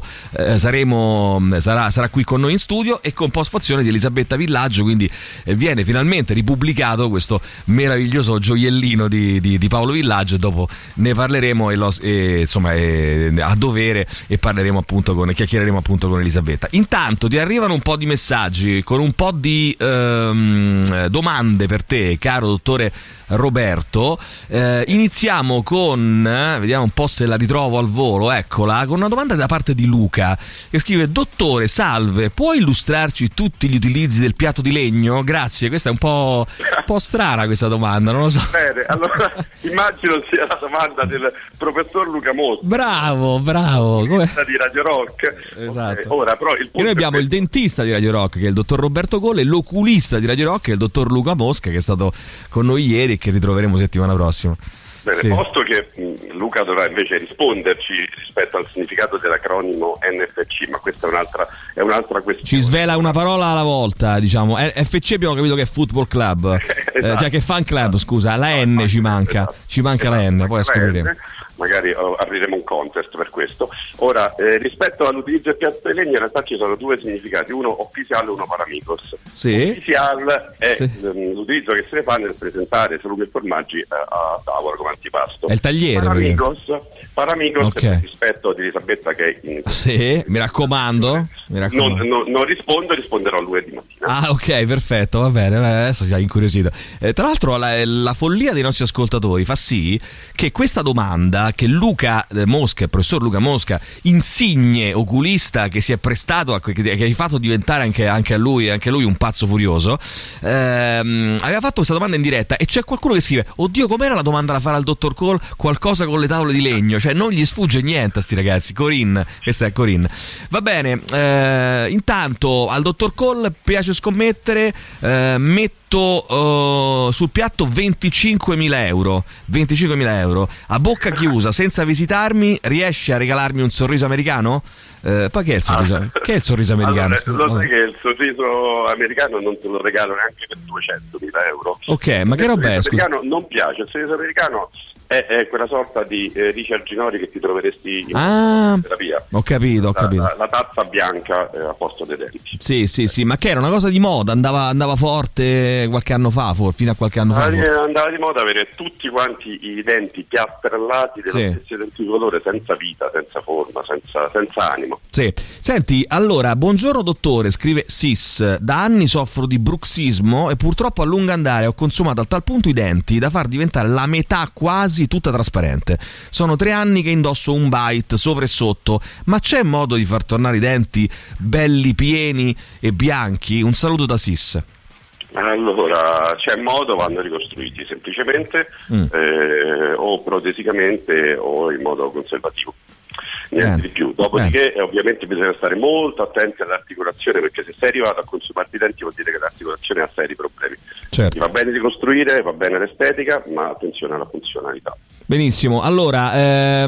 sarà qui con noi in studio, e con postfazione di Elisabetta Villaggio, quindi viene finalmente ripubblicato questo meraviglioso gioiellino di Paolo Villaggio. Dopo ne parleremo a dovere, e chiacchiereremo appunto con Elisabetta. Intanto ti arrivano un po' di messaggi con un po' di domande per te, caro dottore Roberto. Iniziamo con, vediamo un po' se la ritrovo al volo, eccola, con una domanda da parte di Luca che scrive: dottore, salve, può illustrarci tutti gli utilizzi del piatto di legno? Grazie. Questa è un po' strana questa domanda, non lo so. Bene, allora immagino sia la domanda del professor Luca Mosca. Bravo. Di Radio Rock. Esatto. Ora, però, noi abbiamo il dentista di Radio Rock, che è il dottor Roberto Colle, e l'oculista di Radio Rock, che è il dottor Luca Mosca, che è stato con noi ieri e che ritroveremo settimana prossima. Bene, sì. Posto che Luca dovrà invece risponderci rispetto al significato dell'acronimo NFC, ma questa è un'altra questione. Ci svela una parola alla volta, diciamo. FC abbiamo capito che è Football Club, esatto. Cioè che fan club, scusa, la N ci manca, esatto. Ci manca la N, poi la scopriremo. Magari apriremo un contest per questo. Ora, rispetto all'utilizzo del piatto di legno, in realtà ci sono due significati, uno ufficiale e uno paramicos. Sì. Ufficiale è l'utilizzo che se ne fa nel presentare salumi e formaggi a tavola come antipasto. È il tagliere. Paramicos okay. Per rispetto di Elisabetta, che è in... Sì, mi raccomando. Non risponderò lunedì mattina. Ah, ok, perfetto, va bene, adesso ci ha incuriosito. Tra l'altro la follia dei nostri ascoltatori fa sì che questa domanda, che Luca Mosca, il professor Luca Mosca, insigne oculista che si è prestato che hai fatto diventare anche lui un pazzo furioso, aveva fatto questa domanda in diretta, e c'è qualcuno che scrive: oddio, com'era la domanda da fare al dottor Cole? Qualcosa con le tavole di legno, cioè non gli sfugge niente a sti ragazzi. Corinne, questa è Corinne. Va bene, intanto al dottor Cole piace scommettere, metto sul piatto 25.000 euro a bocca chiusa, senza visitarmi, riesci a regalarmi un sorriso americano? Poi che è il sorriso, che è il sorriso americano? Allora, lo sai che il sorriso americano non te lo regalo neanche per 200.000 euro. Ok, ma che roba è? Il sorriso americano non piace, il sorriso americano È quella sorta di Richard Ginori che ti troveresti in terapia. Ho capito. La tazza bianca a posto dei denti. Sì, ma che era una cosa di moda, andava forte qualche anno fa, fino a qualche anno fa. Andava di moda avere tutti quanti i denti piastrellati dello stesso identico colore, senza vita, senza forma, senza animo. Sì. Senti, allora, buongiorno dottore, scrive Sis, da anni soffro di bruxismo e purtroppo a lungo andare ho consumato a tal punto i denti da far diventare la metà quasi tutta trasparente. Sono 3 anni che indosso un bite sopra e sotto, ma c'è modo di far tornare i denti belli pieni e bianchi? Un saluto da Sis. Allora, c'è modo, vanno ricostruiti semplicemente o protesicamente o in modo conservativo. Niente di più. Dopodiché ovviamente bisogna stare molto attenti all'articolazione, perché se sei arrivato a consumarti i denti vuol dire che l'articolazione ha seri problemi. Certo. Va bene ricostruire, va bene l'estetica, ma attenzione alla funzionalità. Benissimo, allora è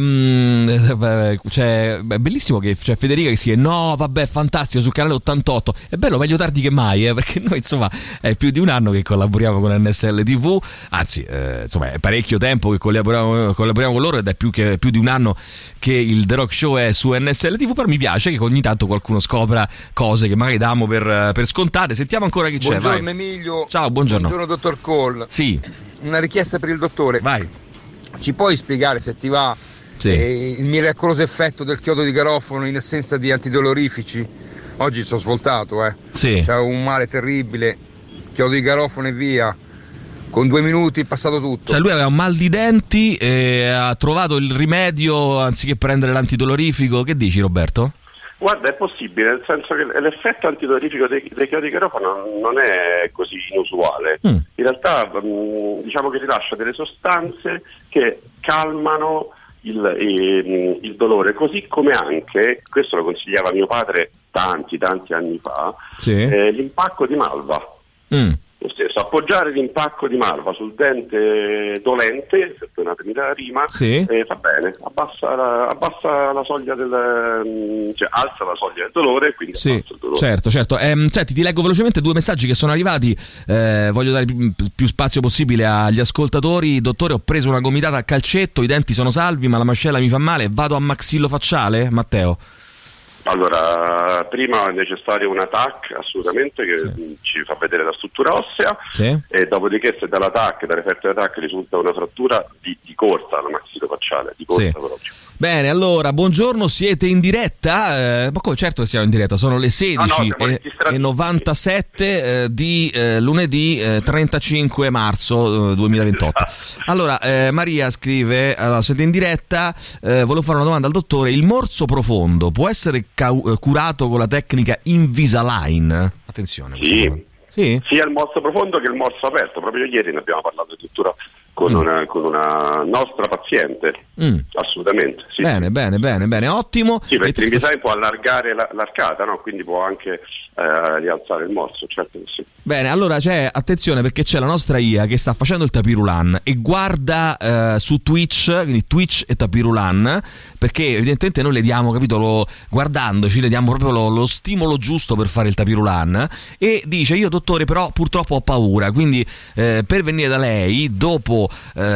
bellissimo che c'è Federica che scrive no vabbè fantastico sul canale 88, è bello, meglio tardi che mai, perché noi insomma è più di un anno che collaboriamo con NSL TV, anzi insomma è parecchio tempo che collaboriamo con loro ed è più di un anno che il The Rock Show è su NSL TV, però mi piace che ogni tanto qualcuno scopra cose che magari davamo per scontate. Sentiamo ancora chi c'è. Buongiorno vai. Emilio. Ciao, buongiorno Dottor Cole. Sì. Una richiesta per il dottore. Vai. Ci puoi spiegare, se ti va, il miracoloso effetto del chiodo di garofano in assenza di antidolorifici? Oggi sono svoltato, c'è un male terribile, chiodo di garofano e via, con 2 minuti è passato tutto. Cioè lui aveva un mal di denti e ha trovato il rimedio anziché prendere l'antidolorifico. Che dici, Roberto? Guarda, è possibile, nel senso che l'effetto antidolorifico dei chiodi di garofano non è così inusuale. In realtà diciamo che rilascia delle sostanze che calmano il dolore, così come anche, questo lo consigliava mio padre tanti anni fa, l'impacco di malva. Lo stesso, appoggiare l'impacco di malva sul dente dolente, perdonatemi la rima, fa bene, abbassa la soglia alza la soglia del dolore, quindi abbassa il dolore. Certo. Senti, ti leggo velocemente 2 messaggi che sono arrivati, voglio dare più spazio possibile agli ascoltatori. Dottore, ho preso una gomitata a calcetto, i denti sono salvi ma la mascella mi fa male, vado a maxillofacciale? Matteo? Allora, prima è necessario una TAC assolutamente che ci fa vedere la struttura ossea e dopodiché se dalla TAC, da referto della TAC risulta una frattura di corsa alla maxillofacciale, di corsa proprio. Bene, allora, buongiorno, siete in diretta? Ma come, certo che siamo in diretta, sono le 16:97 di lunedì 35 marzo 2028. Allora, Maria scrive, allora, siete in diretta, volevo fare una domanda al dottore, il morso profondo può essere curato con la tecnica Invisalign? Attenzione. Sì, sia il morso profondo che il morso aperto, proprio ieri ne abbiamo parlato addirittura con una nostra paziente. Assolutamente sì. Bene, ottimo. Sì, perché l'Invisalign può allargare l'arcata, no? Quindi può anche rialzare il morso, certo che sì. Bene, allora attenzione, perché c'è la nostra IA che sta facendo il tapirulan e guarda su Twitch, quindi Twitch e tapirulan, perché evidentemente noi le diamo, capito, guardandoci le diamo proprio lo stimolo giusto per fare il tapirulan, e dice: io dottore però purtroppo ho paura, quindi per venire da lei dopo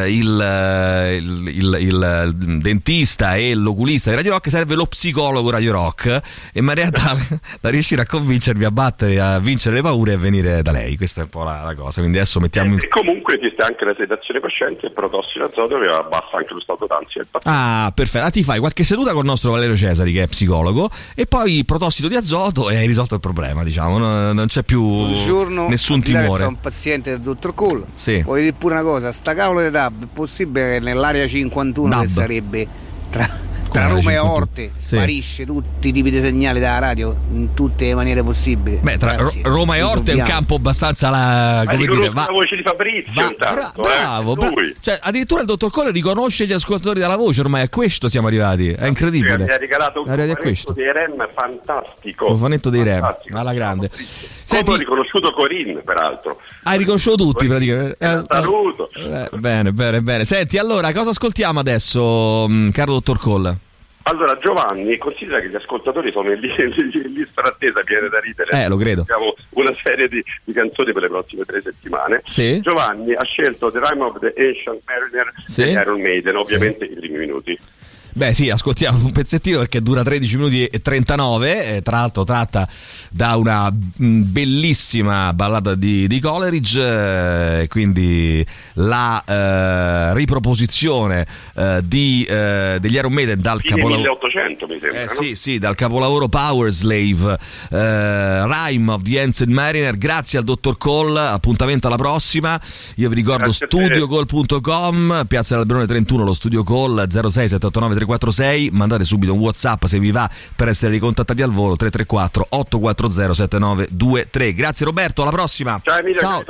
il dentista e l'oculista di Radio Rock serve lo psicologo Radio Rock, e in maniera da riuscire a convincervi a battere, a vincere le paure e a venire da lei. Questa è un po' la cosa, quindi adesso mettiamo e comunque esiste anche la sedazione cosciente e il protossido d'azoto che abbassa anche lo stato d'ansia. Perfetto, ti fai qualche seduta con il nostro Valerio Cesari che è psicologo e poi protossido di azoto e hai risolto il problema, diciamo, non c'è più nessun timore. Sono un paziente del dottor Cole. Voglio dire pure una cosa, sta cavolo di DAB è possibile che nell'area 51 che sarebbe tra Roma e Orte sparisce tutti i tipi di segnali dalla radio in tutte le maniere possibili. Beh, tra Roma e Orte è un campo abbastanza la voce di Fabrizio, bravo. Cioè, addirittura il dottor Cole riconosce gli ascoltatori dalla voce, ormai a questo siamo arrivati, è incredibile. Mi ha regalato un cofanetto dei Rem fantastico. Cofanetto dei Rem, alla grande. Senti, ho riconosciuto Corinne, peraltro. Hai riconosciuto tutti praticamente. Saluto. Bene. Senti, allora, cosa ascoltiamo adesso, caro dottor Cole? Allora Giovanni, considera che gli ascoltatori sono in lista d'attesa, viene da ridere. Lo credo. Abbiamo una serie di canzoni per le prossime 3 settimane. Sì. Giovanni ha scelto The Rime of the Ancient Mariner di Iron Maiden, ovviamente i primi minuti. Beh sì, ascoltiamo un pezzettino perché dura 13 minuti e 39, tra l'altro tratta da una bellissima ballata di Coleridge, quindi la riproposizione degli Iron Maiden dal capolavoro 1800 mi sembra, no? Sì, dal capolavoro Power Slave, Rime of the Ancient Mariner. Grazie al dottor Cole, appuntamento alla prossima. Io vi ricordo studiocall.com, Piazza Alberone 31, lo Studio Call 06 346, mandate subito un WhatsApp se vi va per essere ricontattati al volo 334 840 7923. Grazie Roberto, alla prossima. Ciao Emilio, ciao.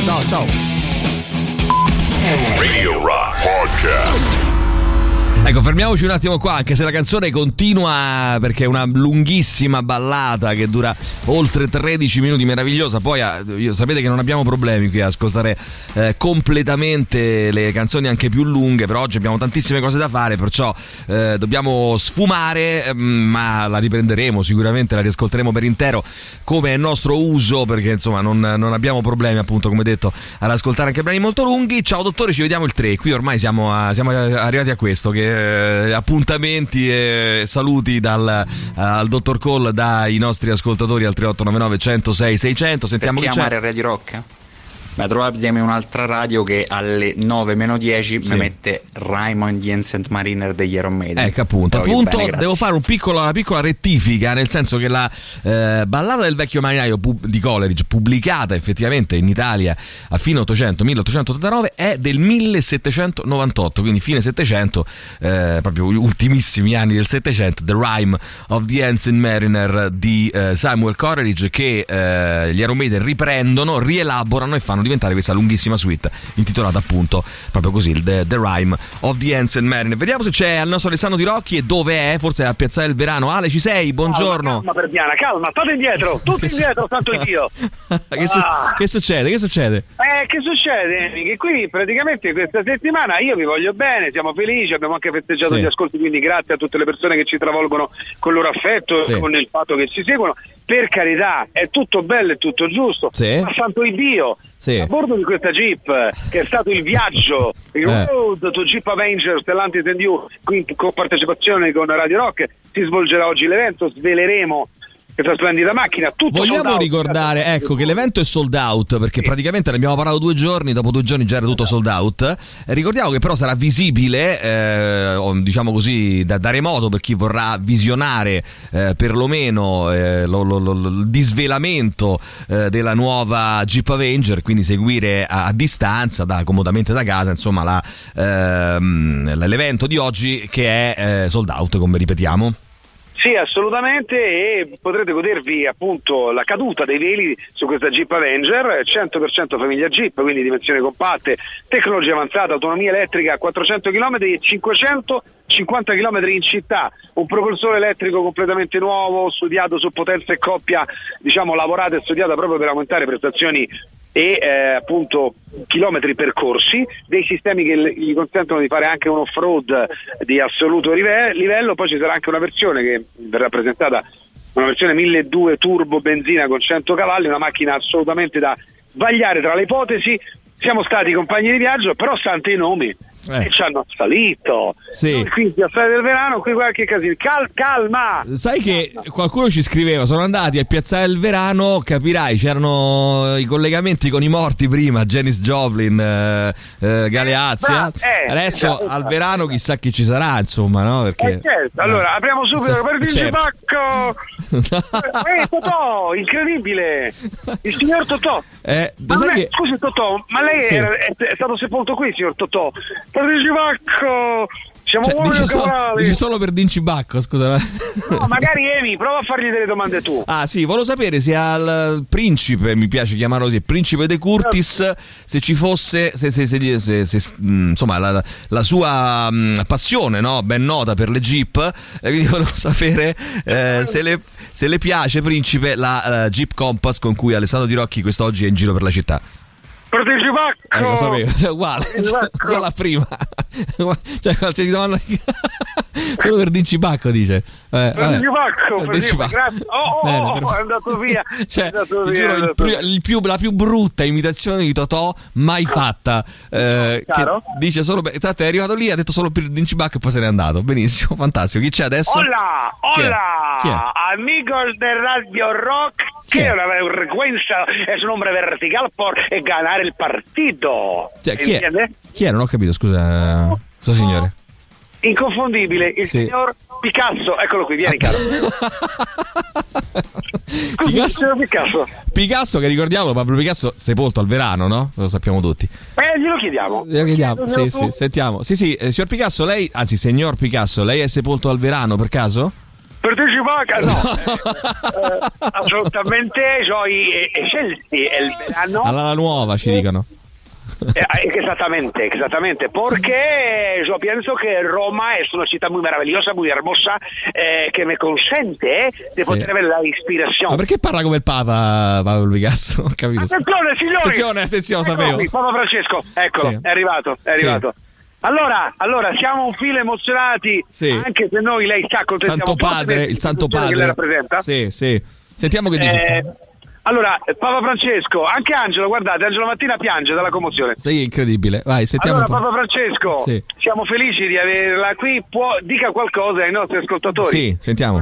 Radio Rock Podcast. Ecco, fermiamoci un attimo qua, anche se la canzone continua perché è una lunghissima ballata che dura oltre 13 minuti, meravigliosa. Poi sapete che non abbiamo problemi qui a ascoltare completamente le canzoni anche più lunghe, però oggi abbiamo tantissime cose da fare, perciò dobbiamo sfumare, ma la riprenderemo sicuramente, la riascolteremo per intero come è nostro uso, perché insomma non abbiamo problemi, appunto, come detto, ad ascoltare anche brani molto lunghi. Ciao dottore, ci vediamo il 3. Qui ormai siamo arrivati a questo, che appuntamenti e saluti al dottor Cole dai nostri ascoltatori al 3899 106 600. Sentiamo che chiamare Radio Rock? Beh, trovatemi un'altra radio che alle 9-10 mi mette Rime on the Ancient Mariner degli Iron Maiden. Ecco, appunto bene, devo fare una piccola rettifica, nel senso che la ballata del vecchio marinaio di Coleridge, pubblicata effettivamente in Italia a fine 800, 1889, è del 1798, quindi fine 700, proprio gli ultimissimi anni del 700. The Rime of the Ancient Mariner di Samuel Coleridge, che gli Iron Maiden riprendono, rielaborano e fanno diventare questa lunghissima suite intitolata appunto proprio così, The Rime of the Ancient Mariner. Vediamo se c'è al nostro Alessandro Di Rocchi e dove è, forse a Piazzale del Verano. Ale, ci sei? Buongiorno. Calma Perdiana, calma, state indietro, tutti indietro, santo Dio. Che succede? Che succede? Che succede? Che qui praticamente questa settimana io vi voglio bene, siamo felici, abbiamo anche festeggiato gli ascolti, quindi grazie a tutte le persone che ci travolgono con il loro affetto, con il fatto che ci seguono. Per carità, è tutto bello e tutto giusto, ma santo Dio, a bordo di questa Jeep, che è stato il viaggio, il Road to Jeep Avengers Stellantis and You, qui con partecipazione con Radio Rock, si svolgerà oggi l'evento, sveleremo questa splendida macchina. Vogliamo ricordare, ecco, che l'evento è sold out, perché praticamente ne abbiamo parlato 2 giorni, dopo 2 giorni già era tutto sold out. Ricordiamo che però sarà visibile, diciamo così, da remoto, per chi vorrà visionare perlomeno il disvelamento della nuova Jeep Avenger, quindi seguire a distanza, comodamente da casa, insomma, l'evento di oggi, che è sold out, come ripetiamo. Sì, assolutamente, e potrete godervi appunto la caduta dei veli su questa Jeep Avenger, 100% famiglia Jeep, quindi dimensioni compatte, tecnologia avanzata, autonomia elettrica a 400 km e 550 km in città, un propulsore elettrico completamente nuovo, studiato su potenza e coppia, diciamo lavorata e studiata proprio per aumentare prestazioni e appunto chilometri percorsi, dei sistemi che gli consentono di fare anche un off-road di assoluto livello. Poi ci sarà anche una versione che verrà presentata, una versione 1200 turbo benzina con 100 cavalli, una macchina assolutamente da vagliare tra le ipotesi. Siamo stati compagni di viaggio, però santi i nomi e ci hanno salito. Noi qui a Piazzale del Verano, qui qualche casino. Calma! Sai che qualcuno ci scriveva, sono andati a Piazzale del Verano, capirai, c'erano i collegamenti con i morti prima, Janis Joplin, Galeazzi. Adesso al Verano chissà chi ci sarà, insomma, no? Perché certo. Allora apriamo subito per il Bacco. Totò, incredibile, il signor Totò. Scusi Totò, ma lei è stato sepolto qui, signor Totò? Patrizio Bacco, siamo uomini o cavalli? Dici solo per Dinci Bacco, scusa. No, magari Emi, prova a fargli delle domande tu. Ah sì, volevo sapere se al principe, mi piace chiamarlo così, principe De Curtis, se ci fosse, se insomma la sua passione, no, ben nota per le Jeep, quindi volevo sapere se le piace, principe, la Jeep Compass con cui Alessandro Di Rocchi quest'oggi è in giro per la città. Partecipacco! Lo sapevo, è uguale a prima. Cioè, qualsiasi domanda solo per Dincipacco dice. Partecipacco, grazie. È andato via. Cioè, ti giuro, la più brutta imitazione di Totò mai fatta. Che dice solo è arrivato lì, ha detto solo per Dincipacco e poi se n'è andato. Benissimo, fantastico. Chi c'è adesso? Hola, Chi è? amigos de Radio Rock. Que la frecuencia es un hombre vertical por ganar il partito. Cioè, chi è? Non ho capito, scusa, signore. Inconfondibile, il signor Picasso. Eccolo qui, vieni caro. Picasso, che ricordiamo, Pablo Picasso sepolto al Verano, no? Lo sappiamo tutti. Glielo chiediamo. Sì, sentiamo. Sì, signor Picasso, signor Picasso, lei è sepolto al Verano per caso? Partecipare? No, assolutamente, soy scelti il verano. Alla nuova ci dicono. Exactamente, porque yo pienso que Roma es una città muy meravigliosa, muy hermosa, che mi consente di poter avere la ispirazione. Ma perché parla come il Papa, Paolo Picasso? Ho capito. Attenzione, signori! Attenzione, sapevo. Papa Francesco, eccolo, sì. È arrivato. Sì. Allora, siamo un filo emozionati, anche se noi, lei sa, Santo Padre, il Santo Padre. Che le rappresenta? Sì. Sentiamo che dice. Allora, Papa Francesco, anche Angelo, guardate, Angelo Mattina piange dalla commozione. Sì, incredibile. Vai, sentiamo allora, Papa Francesco, siamo felici di averla qui, dica qualcosa ai nostri ascoltatori. Sì, sentiamo.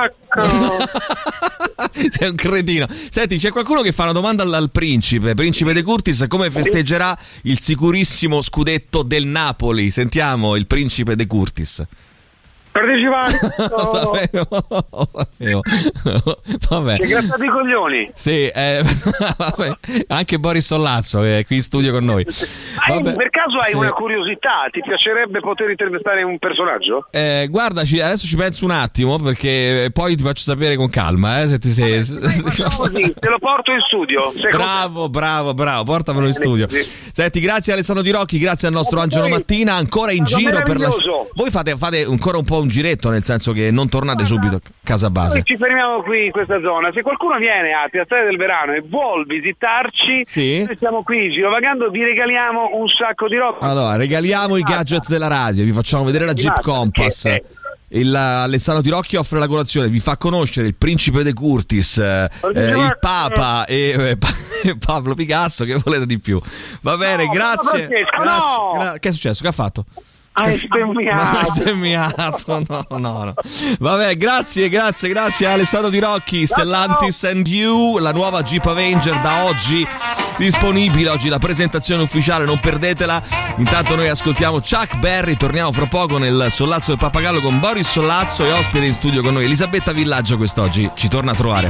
Sei un cretino. Senti, c'è qualcuno che fa una domanda al principe De Curtis, come festeggerà il sicurissimo scudetto del Napoli. Sentiamo il principe De Curtis. Partecipare. Lo sapevo. Vabbè. Che grattati i coglioni. Sì, vabbè. Anche Boris Sollazzo è qui in studio con noi. Per caso hai una curiosità? Ti piacerebbe poter intervistare un personaggio? Guardaci, adesso ci penso un attimo, perché poi ti faccio sapere con calma. Se ti sei... così, te lo porto in studio. Bravo, portamelo in studio. Senti, grazie Alessandro Di Rocchi, grazie al nostro Angelo Mattina, ancora in giro per la... Voi fate ancora un po' un giretto, nel senso che non tornate subito a casa base. Noi ci fermiamo qui in questa zona. Se qualcuno viene a Piazzale del Verano e vuol visitarci, noi siamo qui girovagando, vi regaliamo un sacco di roba. Allora, regaliamo i gadget della radio, vi facciamo vedere la Jeep Compass. Alessandro Di Rocchi offre la colazione, vi fa conoscere il principe De Curtis, il Papa e Pablo Picasso. Che volete di più? Va bene, grazie. Che è successo? Che ha fatto? Hai stemmiato. No. Vabbè, grazie Alessandro Di Rocchi. Stellantis and You, la nuova Jeep Avenger da oggi disponibile, oggi la presentazione ufficiale, non perdetela. Intanto noi ascoltiamo Chuck Berry, torniamo fra poco nel Sollazzo del Pappagallo con Boris Sollazzo e ospite in studio con noi Elisabetta Villaggio, quest'oggi ci torna a trovare.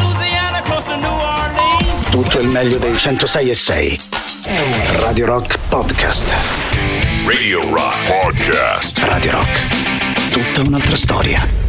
Tutto il meglio dei 106.6 Radio Rock Podcast. Radio Rock Podcast. Radio Rock, tutta un'altra storia.